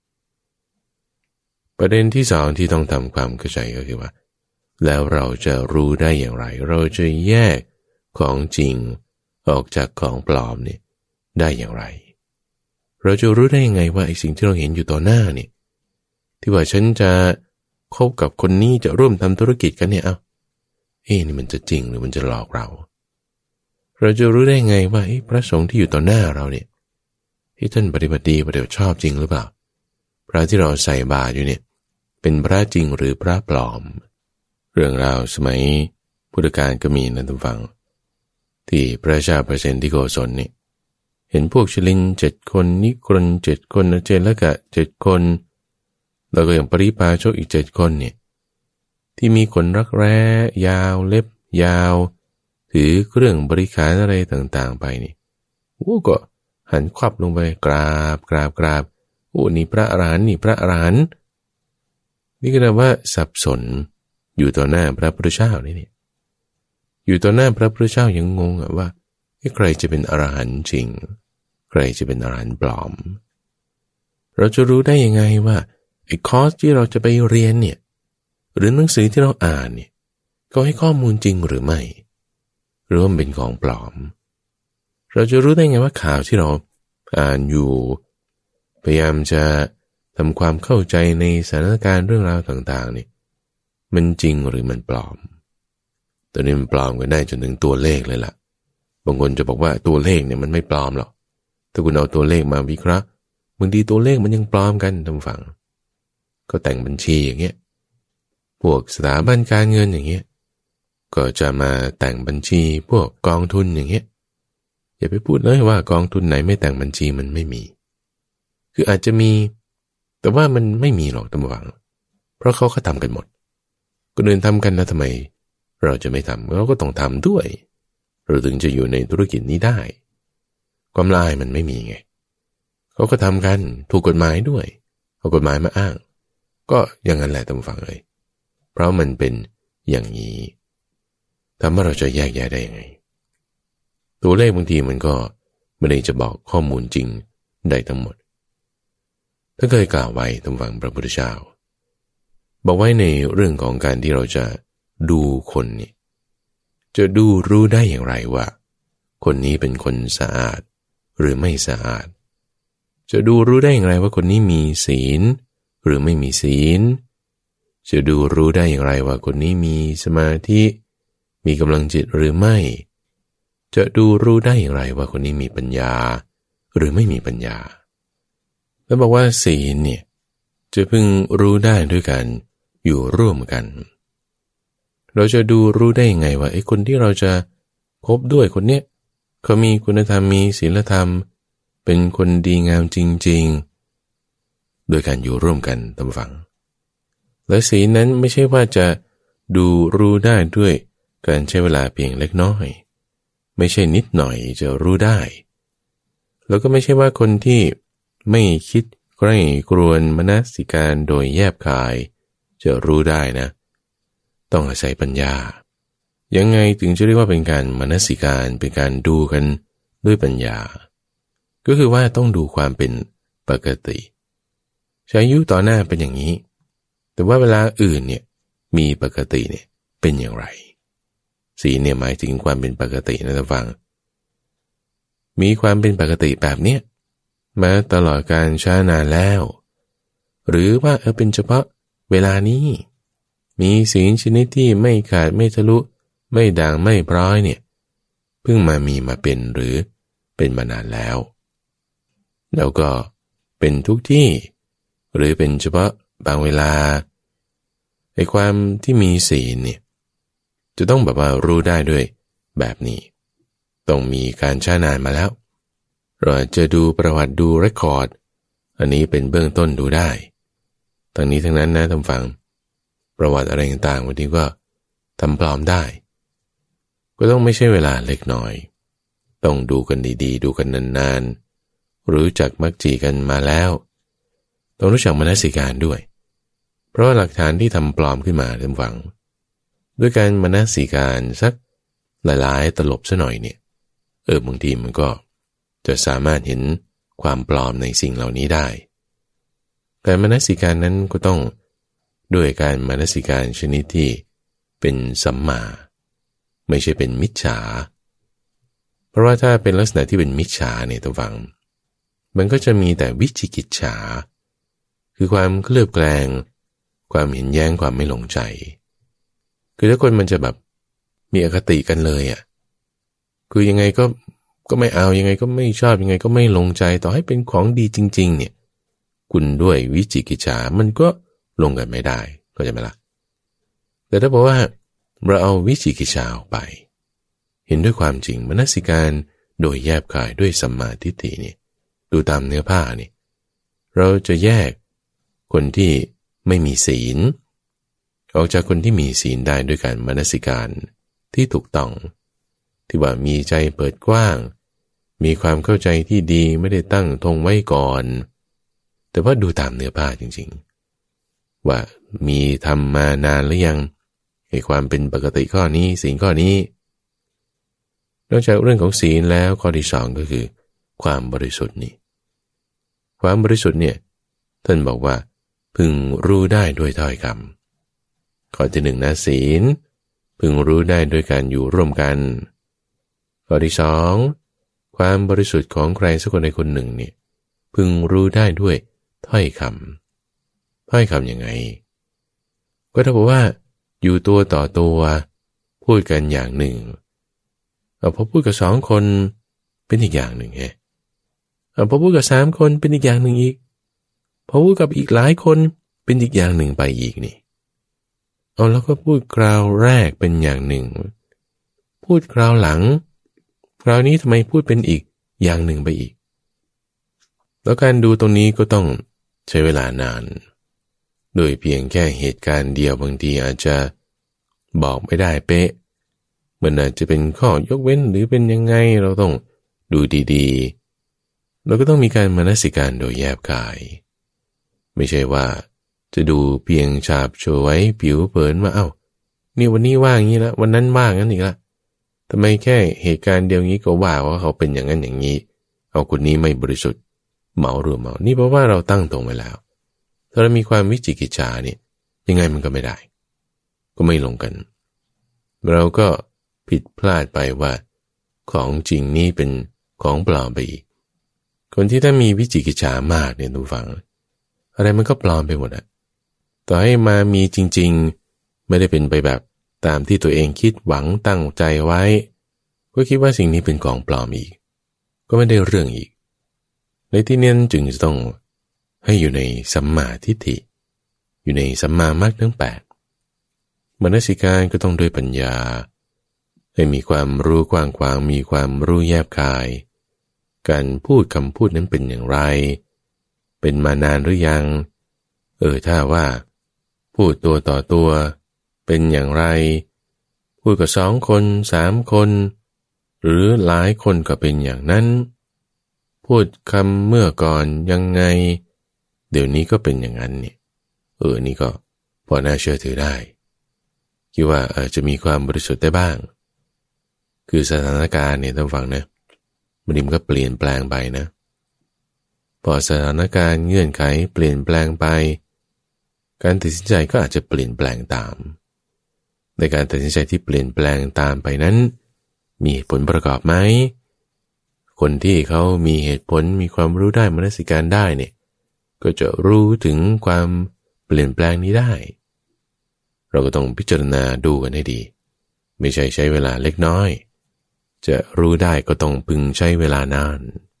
ประเด็นที่สองที่ต้องทำความเข้าใจก็คือว่าแล้วเราจะรู้ได้อย่างไรเราจะแยกของจริงออกจากของปลอมนี่ได้อย่างไรเราจะรู้ได้ยังไงว่าไอ้สิ่งที่เราเห็นอยู่ต่อหน้านี่ที่ว่าฉันจะคบกับคนนี้จะร่วมทำธุรกิจกันเนี่ยเอ้าเอ๊ะนี่มันจะจริงหรือมันจะหลอกเราเราจะรู้ได้ไงว่าพระสงฆ์ที่อยู่ต่อหน้าเราเนี่ยที่ท่านปฏิบัติดีปฏิบัติชอบจริงหรือเปล่าพระที่เราใส่บาตรอยู่เนี่ยเป็นพระจริงหรือพระปลอมเรื่องราวสมัยพุทธกาลก็มีนะท่านฟังที่พระเจ้าเปอร์เซนที่โกศลนี่เห็นพวกชลินเจ็ดคนนิกรนเจ็ดคนอาเจนละกะเจ็ดคนแล้วก็อย่างปริพาชกอีกเจ็ดคนเนี่ยที่มีขนรักแร้ยาวเล็บยาวถือเครื่องบริขารอะไรต่างๆไปนี่โอ้ก็หันควับลงไปกราบกราบกราบโอ้นี่พระอรหันต์นี่พระอรหันต์นี่ก็แปลว่าสับสนอยู่ต่อหน้าพระพุทธเจ้านี่เนี่ยอยู่ต่อหน้าพระพุทธเจ้ายังงงอ่ะว่าใครจะเป็นอรหันต์จริงใครจะเป็นอรหันต์ปลอมเราจะรู้ได้ยังไงว่าไอ้คอร์สที่เราจะไปเรียนเนี่ยหรือหนังสือที่เราอ่านเนี่ยเขาให้ข้อมูลจริงหรือไม่หรือว่าเป็นของปลอมเราจะรู้ได้ไงว่าข่าวที่เราอ่านอยู่พยายามจะทำความเข้าใจในสถานการณ์เรื่องราวต่างๆนี่มันจริงหรือมันปลอมตัวนี้มันปลอมกันได้จนถึงตัวเลขเลยล่ะบางคนจะบอกว่าตัวเลขเนี่ยมันไม่ปลอมหรอกถ้าคุณเอาตัวเลขมาวิเคราะห์บางทีตัวเลขมันยังปลอมกันท่านฟังก็แต่งบัญชีอย่างเงี้ยพวกสถาบันการเงินอย่างเงี้ยก็จะมาแต่งบัญชีพวกกองทุนอย่างเงี้ยอย่าไปพูดเลยว่ากองทุนไหนไม่แต่งบัญชีมันไม่มีคืออาจจะมีแต่ว่ามันไม่มีหรอกท่านผู้ฟังเพราะเขาก็ทำกันหมดคนอื่นทำกันแล้วทำไมเราจะไม่ทำเราก็ต้องทำด้วยเราถึงจะอยู่ในธุรกิจนี้ได้ความลายมันไม่มีไงเขาก็ทำกันถูกกฎหมายด้วยเอากฎหมายมาอ้างก็อย่างนั้นแหละท่านผู้ฟังเลยเพราะมันเป็นอย่างนี้ทำให้เราจะแยกแยะได้ยังไงตัวเลขบางทีมันก็ไม่ได้จะบอกข้อมูลจริงได้ทั้งหมดท่านเคยกล่าวไว้ท่านฟังพระพุทธเจ้าบอกไว้ในเรื่องของการที่เราจะดูคนนี่จะดูรู้ได้อย่างไรว่าคนนี้เป็นคนสะอาดหรือไม่สะอาดจะดูรู้ได้อย่างไรว่าคนนี้มีศีลหรือไม่มีศีลจะดูรู้ได้อย่างไรว่าคนนี้มีสมาธิมีกำลังจิตหรือไม่จะดูรู้ได้อย่างไรว่าคนนี้มีปัญญาหรือไม่มีปัญญาแล้วบอกว่าศีลเนี่ยจะพึงรู้ได้ด้วยการอยู่ร่วมกันเราจะดูรู้ได้ยังไงว่าไอ้คนที่เราจะคบด้วยคนเนี้ยเขามีคุณธรรมมีศีลธรรมเป็นคนดีงามจริงๆโดยการอยู่ร่วมกันตามฝังและศีลนั้นไม่ใช่ว่าจะดูรู้ได้ด้วยการใช้เวลาเพียงเล็กน้อยไม่ใช่นิดหน่อยจะรู้ได้แล้วก็ไม่ใช่ว่าคนที่ไม่คิดใคร่ครวญมนสิการโดยแยบคายจะรู้ได้นะต้องอาศัยปัญญายังไงถึงจะเรียกว่าเป็นการมนสิการเป็นการดูกันด้วยปัญญาก็คือว่าต้องดูความเป็นปกติชายุต่อหน้าเป็นอย่างนี้แต่ว่าเวลาอื่นเนี่ยมีปกติเนี่ยเป็นอย่างไรศีลเนี่ยหมายถึงความเป็นปกตินะท่านฟังมีความเป็นปกติแบบเนี้ยมาตลอดการช้านานแล้วหรือว่าเออเป็นเฉพาะเวลานี้มีศีลชนิดที่ไม่ขาดไม่ทะลุไม่ด่างไม่พร้อยเนี่ยเพิ่งมามีมาเป็นหรือเป็นมานานแล้วแล้วก็เป็นทุกที่หรือเป็นเฉพาะบางเวลาไอ้ความที่มีศีลเนี่ยจะต้องแบบว่ารู้ได้ด้วยแบบนี้ต้องมีการช้านานมาแล้วเราจะดูประวัติดูเรคคอร์ดอันนี้เป็นเบื้องต้นดูได้ทั้งนี้ทั้งนั้นนะท่านฟังประวัติอะไรต่างๆวันนี้ก็ทำปลอมได้ก็ต้องไม่ใช่เวลาเล็กน้อยต้องดูกันดีๆดูกันนานๆรู้จักมักจีกันมาแล้วต้องรู้จักมนสิการด้วยเพราะว่าหลักฐานที่ทำปลอมขึ้นมาท่านฟังด้วยการมนสิการสักหลายๆตลบซะหน่อยเนี่ยเออบางทีมันก็จะสามารถเห็นความปลอมในสิ่งเหล่านี้ได้การมนสิการนั้นก็ต้องด้วยการมนสิการชนิดที่เป็นสัมมาไม่ใช่เป็นมิจฉาเพราะว่าถ้าเป็นลักษณะที่เป็นมิจฉาเนี่ยท่านฟังมันก็จะมีแต่วิจิกิจฉาคือความเคลือบแคลงความเห็นแย้งความไม่ลงใจคือถ้าคนมันจะแบบมีอคติกันเลยอ่ะคือยังไงก็ก็ไม่เอายังไงก็ไม่ชอบยังไงก็ไม่ลงใจต่อให้เป็นของดีจริงๆเนี่ยคุณด้วยวิจิกิจฉามันก็ลงกันไม่ได้เข้าใจไหมล่ะแต่ถ้าบอกว่าเราเอาวิจิกิจฉาออกไปเห็นด้วยความจริงมนสิการโดยแยบคายด้วยสัมมาทิฏฐิเนี่ยดูตามเนื้อผ้านี่เราจะแยกคนที่ไม่มีศีลออกจากคนที่มีศีลได้ด้วยการมนสิการที่ถูกต้องที่ว่ามีใจเปิดกว้างมีความเข้าใจที่ดีไม่ได้ตั้งธงไว้ก่อนแต่ว่าดูตามเนื้อผ้าจริงๆว่ามีทำมานานหรือยังให้ความเป็นปกติข้อนี้ศีลข้อนี้นอกจากเรื่องของศีลแล้วข้อที่สองก็คือความบริสุทธิ์นี่ความบริสุทธิ์เนี่ยท่านบอกว่าพึงรู้ได้ด้วยถ้อยคำข้อที่หนึ่งนะศีลพึงรู้ได้ด้วยการอยู่ร่วมกันข้อที่สองความบริสุทธิ์ของใครสักคนใดคนหนึ่งเนี่ยพึงรู้ได้ด้วยถ้อยคำถ้อยคำยังไงก็ถ้าบอกว่าอยู่ตัวต่อตัวพูดกันอย่างหนึ่งเอาพอพูดกับสองคนเป็นอีกอย่างหนึ่งไงเอาพอพูดกับสามคนเป็นอีกอย่างหนึ่งอีกพอพูดกับอีกหลายคนเป็นอีกอย่างหนึ่งไปอีกนี่เอาแล้วก็พูดคราวแรกเป็นอย่างหนึ่งพูดคราวหลังคราวนี้ทำไมพูดเป็นอีกอย่างหนึ่งไปอีกแล้วการดูตรงนี้ก็ต้องใช้เวลานานโดยเพียงแค่เหตุการณ์เดียวบางทีอาจจะบอกไม่ได้เป๊ะมันอาจจะเป็นข้อยกเว้นหรือเป็นยังไงเราต้องดูดีๆเราก็ต้องมีการมนสิการโดยแยบกายไม่ใช่ว่าจะดูเพียงฉาบโฉวยผิวเผินว่าเอ้านี่วันนี้ว่าอย่างนี้ละวันนั้นว่างั้นอีกละทำไมแค่เหตุการณ์เดียวนี้ก็ว่าว่าเขาเป็นอย่างนั้นอย่างนี้เอาคนนี้ไม่บริสุทธิ์เหมารวมเหมานี่เพราะว่าเราตั้งตรงไว้แล้วถ้าเรามีความวิจิกิจฉาเนี่ยยังไงมันก็ไม่ได้ก็ไม่ลงกันเราก็ผิดพลาดไปว่าของจริงนี่เป็นของปลอมไปอีกคนที่ถ้ามีวิจิกิจฉามากเนี่ยทุกฝังอะไรมันก็ปลอมไปหมดอะต่อให้มามีจริงๆไม่ได้เป็นไปแบบตามที่ตัวเองคิดหวังตั้งใจไว้ก็คิดว่าสิ่งนี้เป็นของปลอมอีกก็ไม่ได้เรื่องอีกในที่นี้จึงจะต้องให้อยู่ในสัมมาทิฏฐิอยู่ในสัมมามรรคทั้งแปดมนสิการก็ต้องด้วยปัญญาให้มีความรู้กว้างขวางมีความรู้แยบคายการพูดคำพูดนั้นเป็นอย่างไรเป็นมานานหรือยังเออถ้าว่าพูดตัวต่อตัวเป็นอย่างไรพูดกับสองคนสามคนหรือหลายคนก็เป็นอย่างนั้นพูดคำเมื่อก่อนยังไงเดี๋ยวนี้ก็เป็นอย่างนั้นเนี่ยเออนี่ก็พอน่าเชื่อถือได้คิดว่าเออจะมีความบริสุทธิ์ได้บ้างคือสถานการณ์เนี่ยต้องฟังนะมันมันก็เปลี่ยนแปลงไปนะพอสถานการณ์เงื่อนไขเปลี่ยนแปลงไปการตัดสินใจก็อาจจะเปลี่ยนแปลงตามในการตัดสินใจที่เปลี่ยนแปลงตามไปนั้นมีผลประกอบไหมคนที่เขามีเหตุผลมีความรู้ได้มนสิการได้เนี่ยก็จะรู้ถึงความเปลี่ยนแปลงนี้ได้เราก็ต้องพิจารณาดูกันให้ดีไม่ใช่ใช้เวลาเล็กน้อยจะรู้ได้ก็ต้องพึงใช้เวลานาน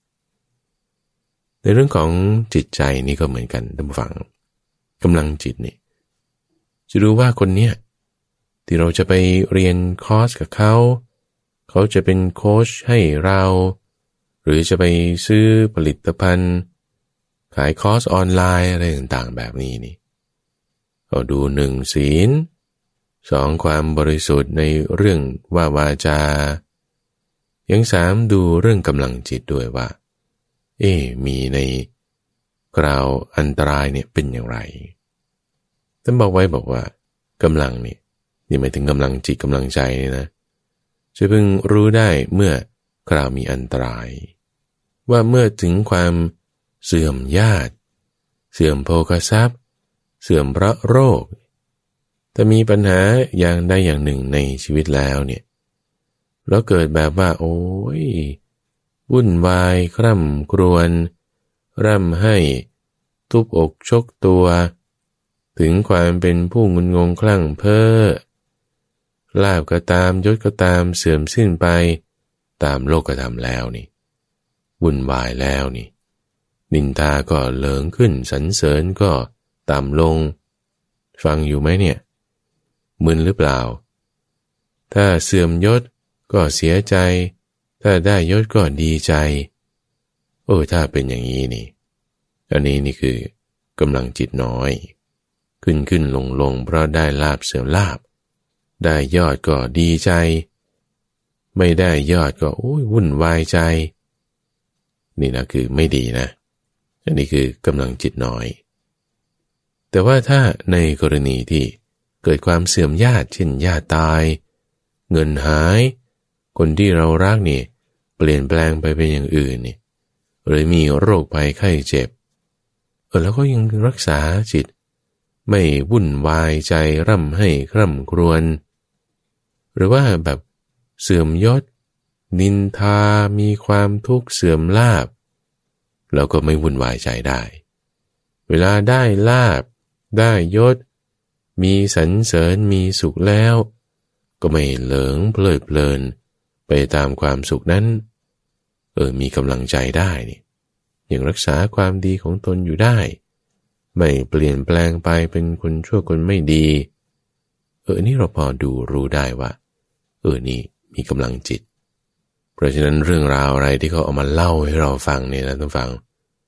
ในเรื่องของจิตใจนี่ก็เหมือนกันท่านผู้ฟังกำลังจิตนี่จะรู้ว่าคนเนี้ยที่เราจะไปเรียนคอร์สกับเขาเขาจะเป็นโค้ชให้เราหรือจะไปซื้อผลิตภัณฑ์ขายคอร์สออนไลน์อะไรต่างๆแบบนี้นี่เราดูหนึ่งศีลสองความบริสุทธิ์ในเรื่องว่าวาจายังสามดูเรื่องกำลังจิตด้วยว่าเอ๊ะมีในคราวอันตรายเนี่ยเป็นอย่างไรท่านบอกไว้บอกว่ากำลังนี่นี่หมายถึงกำลังจิตกำลังใจนี่นะจะเพิ่งรู้ได้เมื่อคราวมีอันตรายว่าเมื่อถึงความเสื่อมญาติเสื่อมโภคทรัพย์เสื่อมเพราะโรคถ้ามีปัญหาอย่างใดอย่างหนึ่งในชีวิตแล้วเนี่ยแล้วเกิดแบบว่าโอ้ยวุ่นวายคร่ำครวญร่ำให้ทุบอกชกตัวถึงความเป็นผู้งุนงงคลั่งเพ้อลาภก็ตามยศก็ตามเสื่อมสิ้นไปตามโลกธรรมแล้วนี่วุ่นวายแล้วนี่นินทาก็เหลิงขึ้นสรรเสริญก็ต่ำลงฟังอยู่ไหมเนี่ยมึนหรือเปล่าถ้าเสื่อมยศก็เสียใจถ้าได้ยศก็ดีใจโอ้ถ้าเป็นอย่างนี้นี่อันนี้นี่คือกำลังจิตน้อยขึ้นขึ้นลงลงเพราะได้ลาภเสื่อมลาภได้ยอดก็ดีใจไม่ได้ยอดก็โอ้ยวุ่นวายใจนี่นะคือไม่ดีนะอันนี้คือกำลังจิตน้อยแต่ว่าถ้าในกรณีที่เกิดความเสื่อมญาติเช่นญาติตายเงินหายคนที่เรารักนี่เปลี่ยนแปลงไปเป็นอย่างอื่นนี่หรือมีโรคภัยไข้เจ็บเออแล้วก็ยังรักษาจิตไม่วุ่นวายใจร่ำให้คร่ำครวญหรือว่าแบบเสื่อมยศนินทามีความทุกข์เสื่อมลาภแล้วก็ไม่วุ่นวายใจได้เวลาได้ลาภได้ยศมีสรรเสริญมีสุขแล้วก็ไม่เหลิงเพลิดเพลินไปตามความสุขนั้นเออมีกำลังใจได้นี่ยังรักษาความดีของตนอยู่ได้ไม่เปลี่ยนแปลงไปเป็นคนชั่วคนไม่ดีเออนี่เราพอดูรู้ได้ว่าเออนี่มีกำลังจิตเพราะฉะนั้นเรื่องราวอะไรที่เขาเอามาเล่าให้เราฟังเนี่ยนะท่านฟัง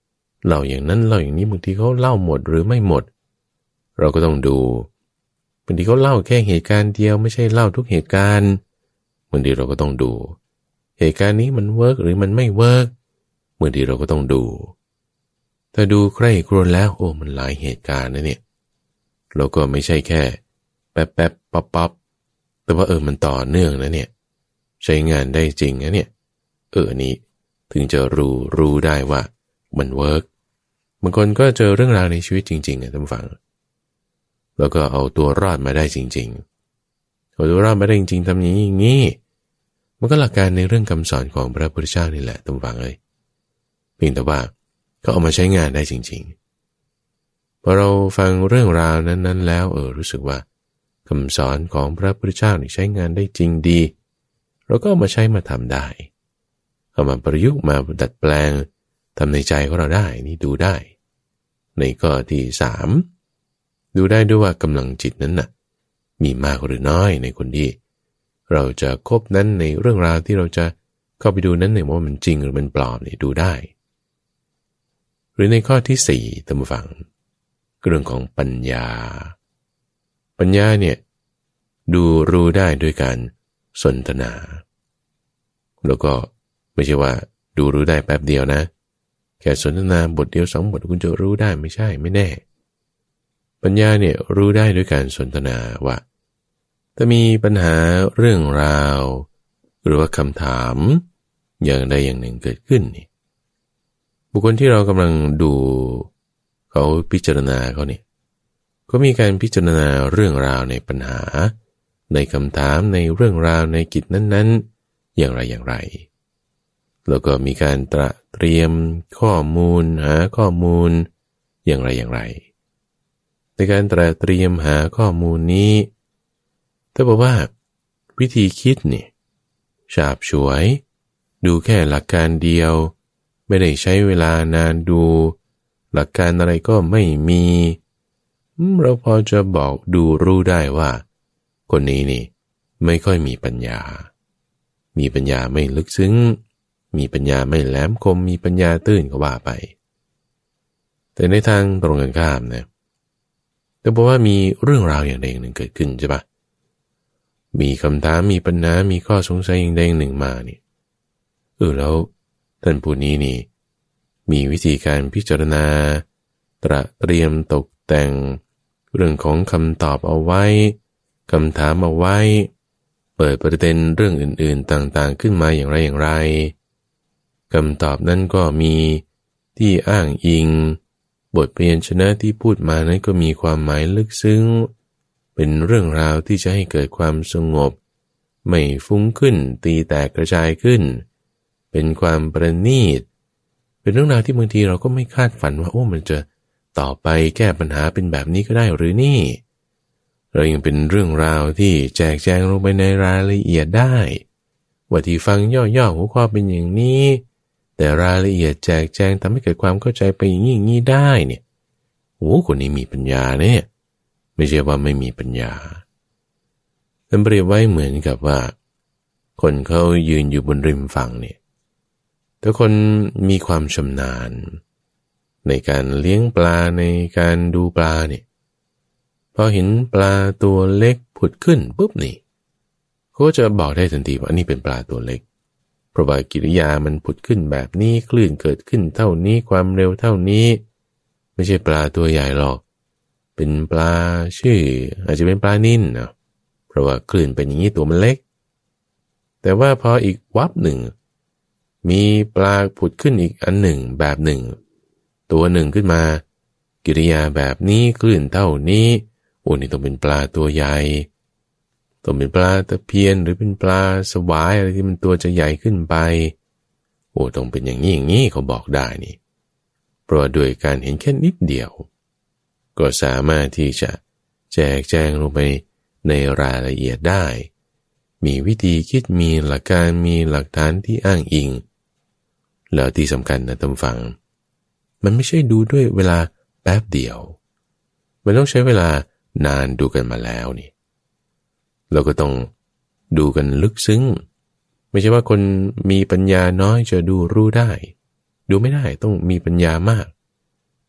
เล่าอย่างนั้นเล่าอย่างนี้บางทีเขาเล่าหมดหรือไม่หมดเราก็ต้องดูบางทีเขาเล่าแค่เหตุการณ์เดียวไม่ใช่เล่าทุกเหตุการณ์บางทีเราก็ต้องดูเหตุการณ์นี้มันเวิร์กหรือมันไม่เวิร์กบางทีเราก็ต้องดูถ้าดูใคร่ครวญแล้วโอ้มันหลายเหตุการณ์นะเนี่ยเราก็ไม่ใช่แค่แป๊บแป๊บป๊อปป๊อปแต่ว่าเออมันต่อเนื่องนะเนี่ยใช้งานได้จริงนะเนี่ยเออนี้ถึงจะรู้รู้ได้ว่ามันเวิร์กบางคนก็เจอเรื่องราวในชีวิตจริงๆอ่ะท่านผู้ฟังแล้วก็เอาตัวรอดมาได้จริงๆเอาตัวรอดมาได้จริงๆทำอย่างนี้อย่างนี้มันก็หลักการในเรื่องคำสอนของพระพุทธเจ้านี่แหละท่านผู้ฟังเลยเพียงแต่ว่าก็เอามาใช้งานได้จริงๆพอเราฟังเรื่องราวนั้นๆแล้วเออรู้สึกว่าคำสอนของพระพุทธเจ้านี่ใช้งานได้จริงดีเราก็เอามาใช้มาทำได้เอามาประยุกต์มาดัดแปลงทำในใจของเราได้นี่ดูได้ในข้อที่สามดูได้ด้วยว่ากำลังจิตนั้นน่ะมีมากหรือน้อยในคนที่เราจะคบนั้นในเรื่องราวที่เราจะเข้าไปดูนั้นเนี่ยว่ามันจริงหรือมันปลอมเนี่ยดูได้หรือในข้อที่สี่ท่านผู้ฟังเรื่องของปัญญาปัญญาเนี่ยดูรู้ได้ด้วยการสนทนาแล้วก็ไม่ใช่ว่าดูรู้ได้แป๊บเดียวนะแค่สนทนาบทเดียวสองบทคุณจะรู้ได้ไม่ใช่ไม่แน่ปัญญาเนี่ยรู้ได้ด้วยการสนทนาว่าถ้ามีปัญหาเรื่องราวหรือว่าคำถามอย่างใดอย่างหนึ่งเกิดขึ้นนี่บุคคลที่เรากำลังดูเขาพิจารณาเขาเนี่ยก็มีการพิจารณาเรื่องราวในปัญหาในคำถามในเรื่องราวในกิจนั้นๆอย่างไรอย่างไรแล้วก็มีการตระเตรียมข้อมูลหาข้อมูลอย่างไรอย่างไรในการตระเตรียมหาข้อมูลนี้ถ้าบอกว่าวิธีคิดนี่ฉาบฉวยดูแค่หลักการเดียวไม่ได้ใช้เวลานานดูหลักการอะไรก็ไม่มีเราพอจะบอกดูรู้ได้ว่าคนนี้นี่ไม่ค่อยมีปัญญามีปัญญาไม่ลึกซึ้งมีปัญญาไม่แหลมคมมีปัญญาตื้นก็ว่าไปแต่ในทางตรงกันข้ามนะแต่บอกว่ามีเรื่องราวอย่างใดอย่างหนึ่งเกิดขึ้นใช่ปะมีคำถามมีปัญหามีข้อสงสัยอย่างใดอย่างหนึ่งมานี่เออแล้วท่านผู้นี้นี่มีวิธีการพิจารณาตระเตรียมตกแต่งเรื่องของคำตอบเอาไว้คำถามเอาไว้เปิดประเด็นเรื่องอื่นๆต่างๆขึ้นมาอย่างไรอย่างไรคำตอบนั้นก็มีที่อ้างอิงบทพยัญชนะที่พูดมานั้นก็มีความหมายลึกซึ้งเป็นเรื่องราวที่จะให้เกิดความสงบไม่ฟุ้งขึ้นตีแตกกระจายขึ้นเป็นความประณีตเป็นเรื่องราวที่บางทีเราก็ไม่คาดฝันว่าโอ้มันจะต่อไปแก้ปัญหาเป็นแบบนี้ก็ได้หรือนี่เรายังเป็นเรื่องราวที่แจกแจงลงไปในรายละเอียดได้ว่าที่ฟังย่อๆหัวข้อเป็นอย่างนี้แต่รายละเอียดแจกแจงทำให้เกิดความเข้าใจไปอย่างนี้อย่างนี้ได้เนี่ยโอ้คนนี้มีปัญญาเนี่ยไม่ใช่ว่าไม่มีปัญญามันเปรียบไว้เหมือนกับว่าคนเขายืนอยู่บนริมฝั่งเนี่ยถ้าคนมีความชำนาญในการเลี้ยงปลาในการดูปลาเนี่ยพอเห็นปลาตัวเล็กผุดขึ้นปุ๊บนี่เขาก็จะบอกได้ทันทีว่านี่เป็นปลาตัวเล็กเพราะว่ากิริยามันผุดขึ้นแบบนี้คลื่นเกิดขึ้นเท่านี้ความเร็วเท่านี้ไม่ใช่ปลาตัวใหญ่หรอกเป็นปลาชื่ออาจจะเป็นปลานิ่นนะเพราะว่าคลื่นเป็นอย่างนี้ตัวมันเล็กแต่ว่าพออีกวับหนึ่งมีปลาผุดขึ้นอีกอันหนึ่งแบบหนึ่งตัวหนึ่งขึ้นมากิริยาแบบนี้คลื่นเท่านี้โอ้นี่ต้องเป็นปลาตัวใหญ่ต้องเป็นปลาตะเพียนหรือเป็นปลาสวายอะไรที่มันตัวจะใหญ่ขึ้นไปโอ้ต้องเป็นอย่างนี้อย่างนี้เขาบอกได้นี่เพราะโดยการเห็นแค่นิดเดียวก็สามารถที่จะแจกแจงลงไปในรายละเอียดได้มีวิธีคิดมีหลักการมีหลักฐานที่อ้างอิงแล้วที่สำคัญนะท่านฟังมันไม่ใช่ดูด้วยเวลาแป๊บเดียวมันต้องใช้เวลานานดูกันมาแล้วนี่เราก็ต้องดูกันลึกซึ้งไม่ใช่ว่าคนมีปัญญาน้อยจะดูรู้ได้ดูไม่ได้ต้องมีปัญญามาก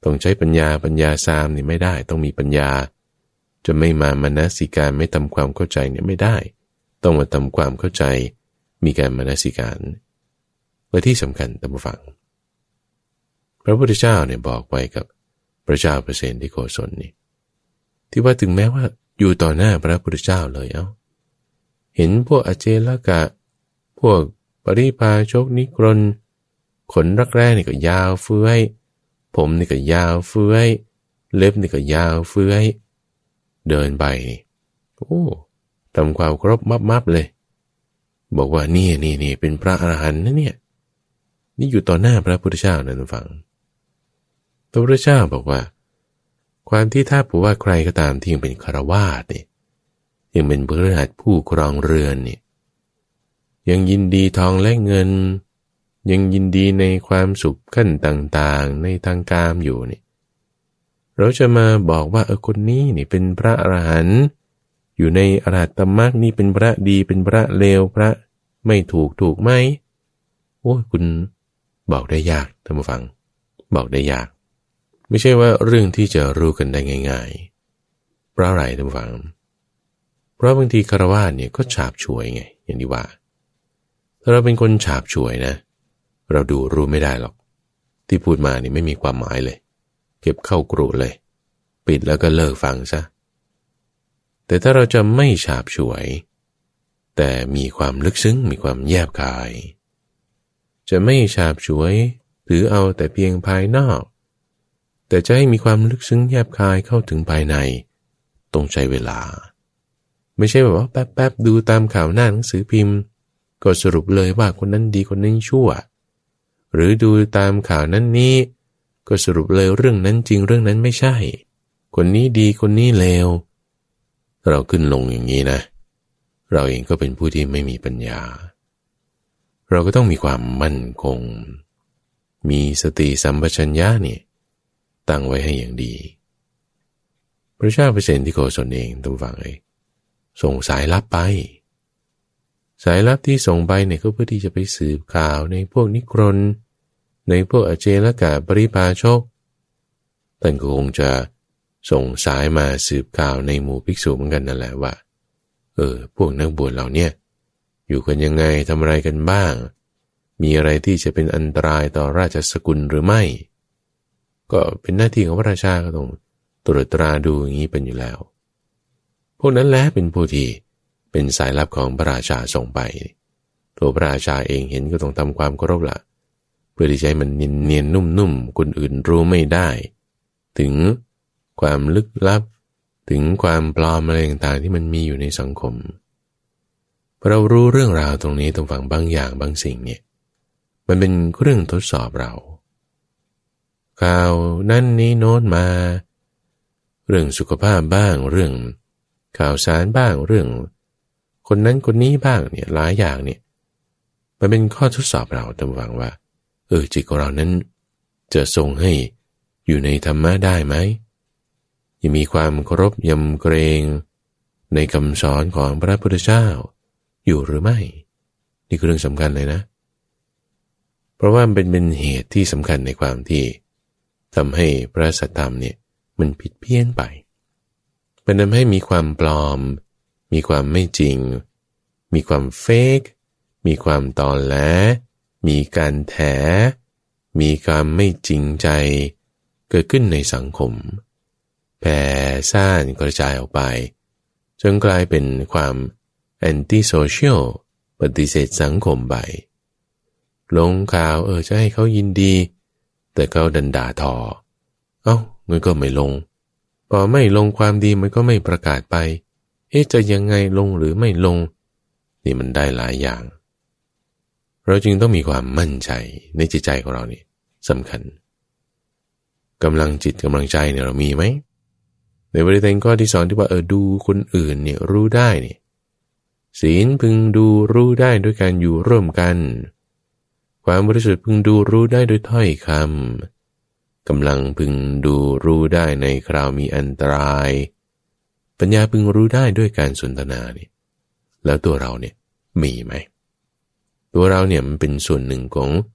ต้องใช้ปัญญาปัญญาซามนี่ไม่ได้ต้องมีปัญญาจะไม่มามนสิการไม่ทำความเข้าใจเนี่ยไม่ได้ต้องมาทำความเข้าใจมีการมนสิการและที่สำคัญท่านผู้ฟังพระพุทธเจ้าเนี่ยบอกไว้กับพระเจ้าเปรตที่โกศลนี่ที่ว่าถึงแม้ว่าอยู่ต่อหน้าพระพุทธเจ้าเลยเอ้าเห็นพวกอเจลกะพวกปริพาชกนิกรนขนรักแร้นี่ก็ยาวเฟื้อยผมนี่ก็ยาวเฟื้อยเล็บนี่ก็ยาวเฟื้อยเดินไปนี่โอ้ทำความเคารพมับๆเลยบอกว่านี่นี่นี่เป็นพระอรหันต์นะเนี่ยนี่อยู่ต่อหน้าพระพุทธเจ้านะท่านฟังพระพุทธเจ้าบอกว่าความที่ถ้าบอกว่าใครก็ตามที่ยังเป็นฆราวาสเนี่ยยังเป็นพฤหัสผู้ครองเรือนเนี่ยยังยินดีทองและเงินยังยินดีในความสุขขั้นต่างๆในทางกามอยู่นี่เราจะมาบอกว่าเออคนนี้นี่เป็นพระอรหันต์อยู่ในอรหัตตมรรคนี่เป็นพระดีเป็นพระเลวพระไม่ถูกถูกไหมโอ้ยคุณบอกได้ยากท่านผู้ฟังบอกได้ยากไม่ใช่ว่าเรื่องที่จะรู้กันได้ง่ายๆเพราะอะไรท่านผู้ฟังเพราะบางทีฆราวาสเนี่ยก็ฉาบฉวยไงอย่างที่ว่าถ้าเราเป็นคนฉาบฉวยนะเราดูรู้ไม่ได้หรอกที่พูดมานี่ไม่มีความหมายเลยเก็บเข้ากรุเลยปิดแล้วก็เลิกฟังซะแต่ถ้าเราจะไม่ฉาบฉวยแต่มีความลึกซึ้งมีความแยบคายจะไม่ฉาบฉวยหรือเอาแต่เพียงภายนอกแต่จะให้มีความลึกซึ้งแยบคายเข้าถึงภายในต้องใช้เวลาไม่ใช่แบบว่าแป๊บๆดูตามข่าวหน้าหนังสือพิมพ์ก็สรุปเลยว่าคนนั้นดีคนนั้นชั่วหรือดูตามข่าวนั้นนี้ก็สรุปเลยเรื่องนั้นจริงเรื่องนั้นไม่ใช่คนนี้ดีคนนี้เลวเราขึ้นลงอย่างนี้นะเราเองก็เป็นผู้ที่ไม่มีปัญญาเราก็ต้องมีความมั่นคงมีสติสัมปชัญญะนี่ตั้งไว้ให้อย่างดีพระเจ้าเปรตที่โกศลเองต้องฟังเลยส่งสายลับไปสายลับที่ส่งไปเนี่ยก็เพื่อที่จะไปสืบข่าวในพวกนิกรนในพวกอเจลกะปริพาชกท่านก็คงจะส่งสายมาสืบข่าวในหมู่ภิกษุเหมือนกันนั่นแหละว่าเออพวกนักบวชเหล่านี้อยู่กันยังไงทำอะไรกันบ้างมีอะไรที่จะเป็นอันตรายต่อราชสกุลหรือไม่ก็เป็นหน้าที่ของพระราชาก็ต้องตรวจตราดูอย่างนี้เป็นอยู่แล้วพวกนั้นแหละเป็นผู้ที่เป็นสายลับของพระราชาส่งไปตัวพระราชาเองเห็นก็ต้องทำความเคารพละเพื่อที่จะให้มันเนียนๆนุ่มๆคนอื่นรู้ไม่ได้ถึงความลึกลับถึงความปลอมอะไรต่างๆที่มันมีอยู่ในสังคมพอเรารู้เรื่องราวตรงนี้ตรงฝั่งบางอย่างบางสิ่งเนี่ยมันเป็นเครื่องทดสอบเราข่าวนั่นนี้โน้นมาเรื่องสุขภาพบ้างเรื่องข่าวสารบ้างเรื่องคนนั้นคนนี้บ้างเนี่ยหลายอย่างเนี่ยมันเป็นข้อทดสอบเราตามหวังว่าเออจิตของเรานั้นจะทรงให้อยู่ในธรรมะได้ไหมยังมีความเคารพยำเกรงในคำสอนของพระพุทธเจ้าอยู่หรือไม่นี่คือเรื่องสำคัญเลยนะเพราะว่ามันเป็นเป็นเหตุที่สำคัญในความที่ทำให้พระสัทธรรมเนี่ยมันผิดเพี้ยนไปมันทำให้มีความปลอมมีความไม่จริงมีความเฟกมีความตอแหลมีการแถมีความไม่จริงใจเกิดขึ้นในสังคมแผ่ซ่านกระจายออกไปจนกลายเป็นความแอนตี้โซเชียลปฏิเสธสังคมไปลงข่าวเออจะให้เขายินดีแต่เขาดันด่าทอเอ้ามันก็ไม่ลงพอไม่ลงความดีมันก็ไม่ประกาศไปเอ๊ะจะยังไงลงหรือไม่ลงนี่มันได้หลายอย่างเราจึงต้องมีความมั่นใจในจิตใจของเรานี่สำคัญกำลังจิตกำลังใจเนี่ยเรามีไหมในบริเวณข้อที่สองที่ว่าเออดูคนอื่นเนี่ยรู้ได้เนี่ยศีลพึงดูรู้ได้ด้วยการอยู่ร่วมกันความบริสุทธิ์พึงดูรู้ได้ด้วยถ้อยคำกำลังพึงดูรู้ได้ในคราวมีอันตรายปัญญาพึงรู้ได้ด้วยการสนทนาเนี่ยแล้วตัวเราเนี่ยมีไหมตัวเราเนี่ยมันเป็นส่วนหนึ่งของ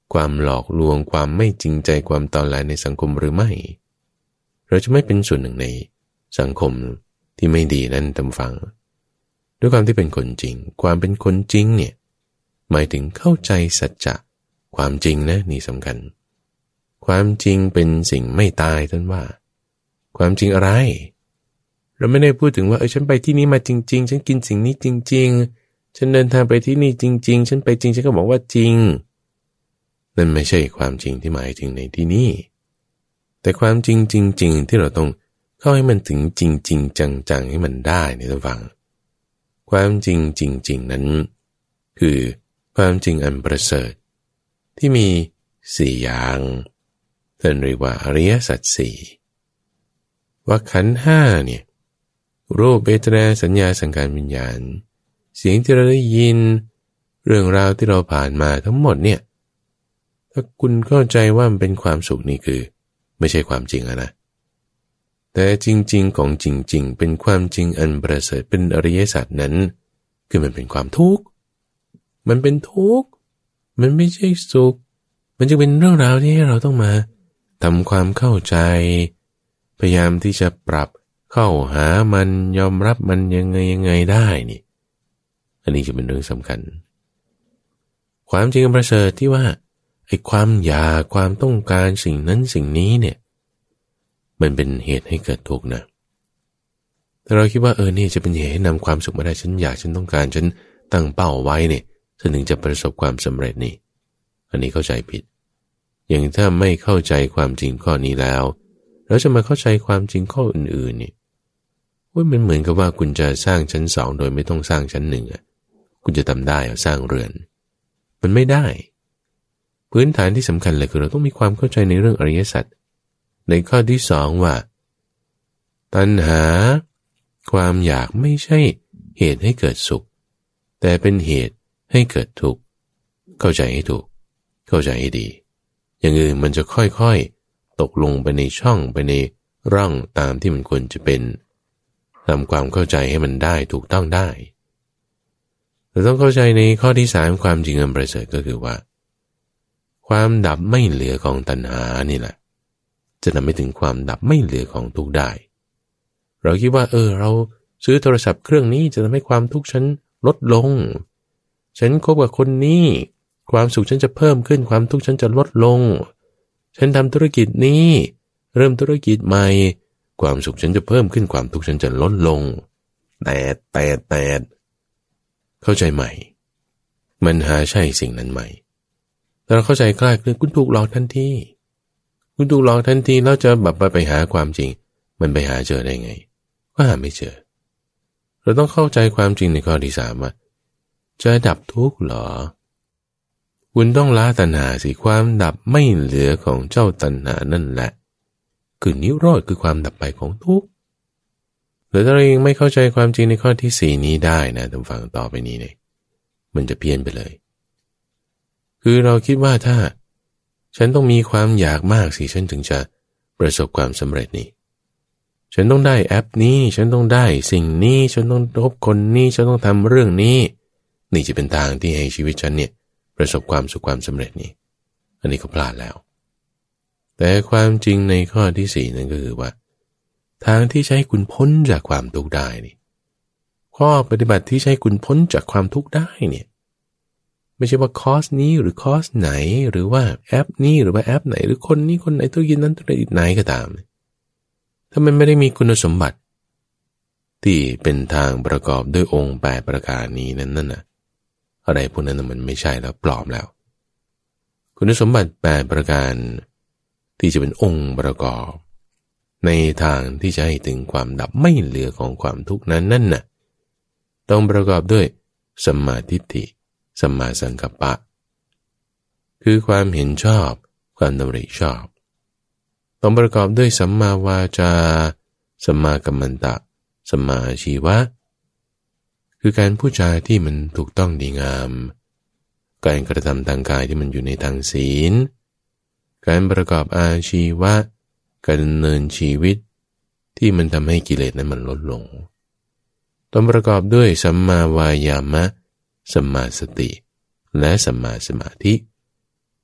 ความหลอกลวงความไม่จริงใจความตอแหลในสังคมหรือไม่เราจะไม่เป็นส่วนหนึ่งในสังคมที่ไม่ดีนั้นตามฟังด้วยความที่เป็นคนจริงความเป็นคนจริงเนี่ยหมายถึงเข้าใจสัจจะความจริงนะนี่สำคัญความจริงเป็นสิ่งไม่ตายท่านว่าความจริงอะไรเราไม่ได้พูดถึงว่าเออฉันไปที่นี่มาจริงๆฉันกินสิ่งนี้จริงๆฉันเดินทางไปที่นี่จริงๆฉันไปจริงฉันก็บอกว่าจริงนั่นไม่ใช่ความจริงที่หมายถึงในที่นี้แต่ความจริงจริงๆที่เราต้องเข้าให้มันถึงจริงๆจังๆให้มันได้ในท่านฟังความจริงจริงๆนั้นคือความจริงอันประเสริฐที่มีสี่อย่างท่านเรียกว่าอริยสัจสี่ว่าขันธ์ห้าเนี่ยรูปเวทนาสัญญาสังขารวิญญาณเสียงที่เราได้ยินเรื่องราวที่เราผ่านมาทั้งหมดเนี่ยถ้าคุณเข้าใจว่ามันเป็นความสุขนี่คือไม่ใช่ความจริงอะนะแต่จริงๆของจริงๆเป็นความจริงอันประเสริฐเป็นอริยสัจนั้นคือมันเป็นความทุกข์มันเป็นทุกข์มันไม่ใช่สุขมันจะเป็นเรื่องราวที่ให้เราต้องมาทำความเข้าใจพยายามที่จะปรับเข้าหามันยอมรับมันยังไงยังไงได้นี่อันนี้จะเป็นเรื่องสำคัญความจริงอันประเสริฐที่ว่าไอ้ความอยากความต้องการสิ่งนั้นสิ่งนี้เนี่ยมันเป็นเหตุให้เกิดทุกข์นะแต่เราคิดว่าเออนี่จะเป็นเหตุให้นำความสุขมาได้ฉันอยากฉันต้องการฉันตั้งเป้าไว้เนี่ยฉันถึงจะประสบความสำเร็จนี่อันนี้เข้าใจผิดอย่างถ้าไม่เข้าใจความจริงข้อนี้แล้วแล้วจะมาเข้าใจความจริงข้ออื่นๆนี่ว่ามันเหมือนกับว่าคุณจะสร้างชั้นสองโดยไม่ต้องสร้างชั้นหนึ่งอ่ะคุณจะทำได้สร้างเรือนมันไม่ได้พื้นฐานที่สำคัญเลยคือเราต้องมีความเข้าใจในเรื่องอริยสัจในข้อที่สองว่าตัณหาความอยากไม่ใช่เหตุให้เกิดสุขแต่เป็นเหตุให้เกิดทุกข์เข้าใจให้ถูกเข้าใจให้ดีอย่างอื่นมันจะค่อยๆตกลงไปในช่องไปในร่องตามที่มันควรจะเป็นทำความเข้าใจให้มันได้ถูกต้องได้เราต้องเข้าใจในข้อที่สามความจริงอันประเสริฐก็คือว่าความดับไม่เหลือของตัณหานี่แหละจะนำไปถึงความดับไม่เหลือของทุกข์ได้เราคิดว่าเออเราซื้อโทรศัพท์เครื่องนี้จะทำให้ความทุกข์ฉันลดลงฉันคบกับคนนี้ความสุขฉันจะเพิ่มขึ้นความทุกข์ฉันจะลดลงฉันทำธุรกิจนี้เริ่มธุรกิจใหม่ความสุขฉันจะเพิ่มขึ้นความทุกข์ฉันจะลดลงแต่แต่แต่เข้าใจใหม่มันหาใช่สิ่งนั้นใหม่แต่เราเข้าใจคลาดเคลื่อนคุณถูกหลอกทันทีคุณถูกหลอกทันทีแล้วจะแบบไปหาความจริงมันไปหาเจอได้ไงก็หาไม่เจอเราต้องเข้าใจความจริงในข้อที่สามว่าจะดับทุกข์หรอคุณต้องละตัณหาสิความดับไม่เหลือของเจ้าตัณหานั่นแหละคือนิโรธคือความดับไปของทุกข์หรือถ้าเรายังไม่เข้าใจความจริงในข้อที่สี่นี้ได้นะท่านฟังต่อไปนี้เนี่ยมันจะเพี้ยนไปเลยคือเราคิดว่าถ้าฉันต้องมีความอยากมากสิฉันถึงจะประสบความสำเร็จนี่ฉันต้องได้แอปนี้ฉันต้องได้สิ่งนี้ฉันต้องพบคนนี้ฉันต้องทำเรื่องนี้นี่จะเป็นทางที่ให้ชีวิตฉันเนี่ยประสบความสุขความสำเร็จนี่อันนี้ก็พลาดแล้วแต่ความจริงในข้อที่สี่นั่นก็คือว่าทางที่ใช้คุณพ้นจากความทุกข์ได้นี่ข้อปฏิบัติที่ใช้คุณพ้นจากความทุกข์ได้เนี่ยไม่ใช่ว่าคอร์สนี้หรือคอร์สไหนหรือว่าแอปนี้หรือว่าแอปไหนหรือคนนี้คนไหนธุรกิจนั้นธุรกิจไหนก็ตามถ้ามันไม่ได้มีคุณสมบัติที่เป็นทางประกอบด้วยองค์แปดประการนี้นั้นนั่นน่ะอะไรพวกนั้นมันไม่ใช่แล้วปลอมแล้วคุณสมบัติแปดประการที่จะเป็นองค์ประกอบในทางที่จะให้ถึงความดับไม่เหลือของความทุกข์นั้นนั่นน่ะต้องประกอบด้วยสัมมาทิฏฐิสัมมาสังกัปปะคือความเห็นชอบความดำริชอบต้องประกอบด้วยสัมมาวาจาสัมมากัมมันตะสัมมาอาชีวะคือการพูดจาที่มันถูกต้องดีงามการกระทำทางกายที่มันอยู่ในทางศีลการประกอบอาชีวะการดำเนินชีวิตที่มันทำให้กิเลสนั้นมันลดลงต้องประกอบด้วยสัมมาวายามะสัมมาสติและสัมมาสมาธิ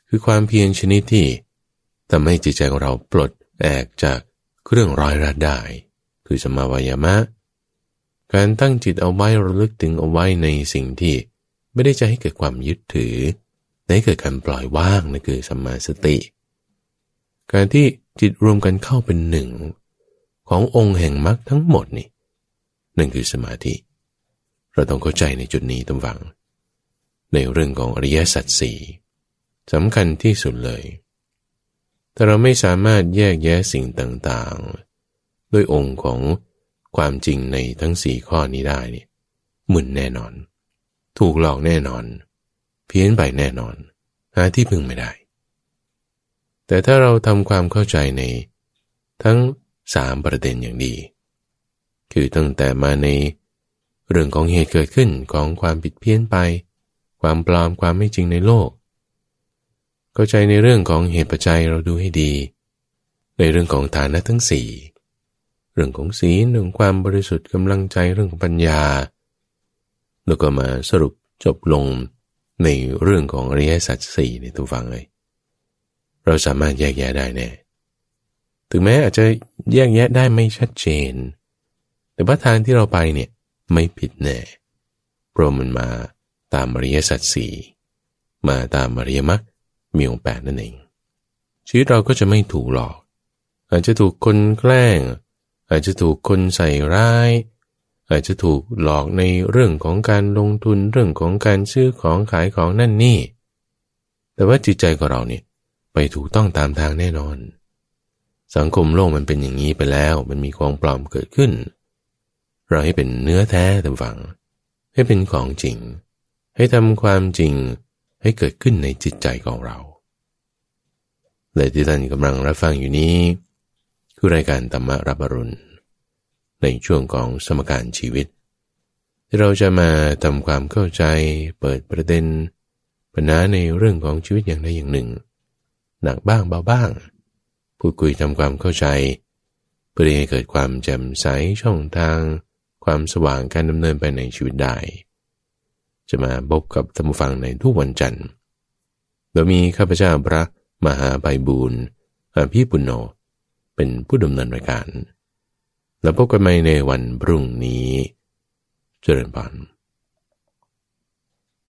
คือความเพียรชนิดที่ทำให้จิตใจของเราปลดแอกจากเครื่องร้อยรัดได้คือสัมมาวายามะการตั้งจิตเอาไว้ระลึกถึงเอาไว้ในสิ่งที่ไม่ได้จะให้เกิดความยึดถือแต่ให้เกิดการปล่อยว่างนั่นคือสัมมาสติการที่จิตรวมกันเข้าเป็นหนึ่งขององค์แห่งมรรคทั้งหมดนี่นั่นคือสมาธิเราต้องเข้าใจในจุดนี้ตำฝังในเรื่องของอริยสัจสี่สำคัญที่สุดเลยแต่เราไม่สามารถแยกแยะสิ่งต่างๆด้วยองค์ของความจริงในทั้งสี่ข้อนี้ได้นี่มึนแน่นอนถูกหลอกแน่นอนเพี้ยนไปแน่นอนหาที่พึ่งไม่ได้แต่ถ้าเราทำความเข้าใจในทั้งสามประเด็นอย่างดีคือตั้งแต่มาในเรื่องของเหตุเกิดขึ้นของความผิดเพี้ยนไปความปลอมความไม่จริงในโลกเข้าใจในเรื่องของเหตุปัจจัยเราดูให้ดีในเรื่องของฐานะทั้งสี่เรื่องของศีลเรื่องความบริสุทธิ์กำลังใจเรื่องของปัญญาแล้วก็มาสรุปจบลงในเรื่องของอริยสัจสี่ในตัวฟังเลยเราสามารถแยกแยะได้แน่ถึงแม้อาจจะแยกแยะได้ไม่ชัดเจนแต่ว่าทางที่เราไปเนี่ยไม่ผิดแน่เพราะมันมาตามอริยสัจสี่มาตามอริยมรรคมีองค์แปดนั่นเองชีวิตเราก็จะไม่ถูกหลอกอาจจะถูกคนแกล้งอาจจะถูกคนใส่ร้ายอาจจะถูกหลอกในเรื่องของการลงทุนเรื่องของการซื้อของขายของนั่นนี่แต่ว่าจิตใจของเราเนี่ยไปถูกต้องตามทางแน่นอนสังคมโลกมันเป็นอย่างนี้ไปแล้วมันมีของปลอมเกิดขึ้นเราให้เป็นเนื้อแท้ตามฝังให้เป็นของจริงให้ทำความจริงให้เกิดขึ้นในจิตใจของเราและที่ท่านกำลังรับฟังอยู่นี้คือรายการธรรมรับอรุณในช่วงของสมการชีวิตที่เราจะมาทำความเข้าใจเปิดประเด็นปัญหาในเรื่องของชีวิตอย่างใดอย่างหนึ่งหนักบ้างเบาบ้างพูดคุยทำความเข้าใจเพื่อให้เกิดความแจ่มใสช่องทางความสว่างการดำเนินไปในชีวิตได้จะมาพบกับท่านผู้ฟังในทุกวันจันทร์โดยมีข้าพเจ้าพระมหาไพบูลย์อภิปุณโญเป็นผู้ดำเนินรายการแล้วพบกันใหม่ในวันพรุ่งนี้เจริญพร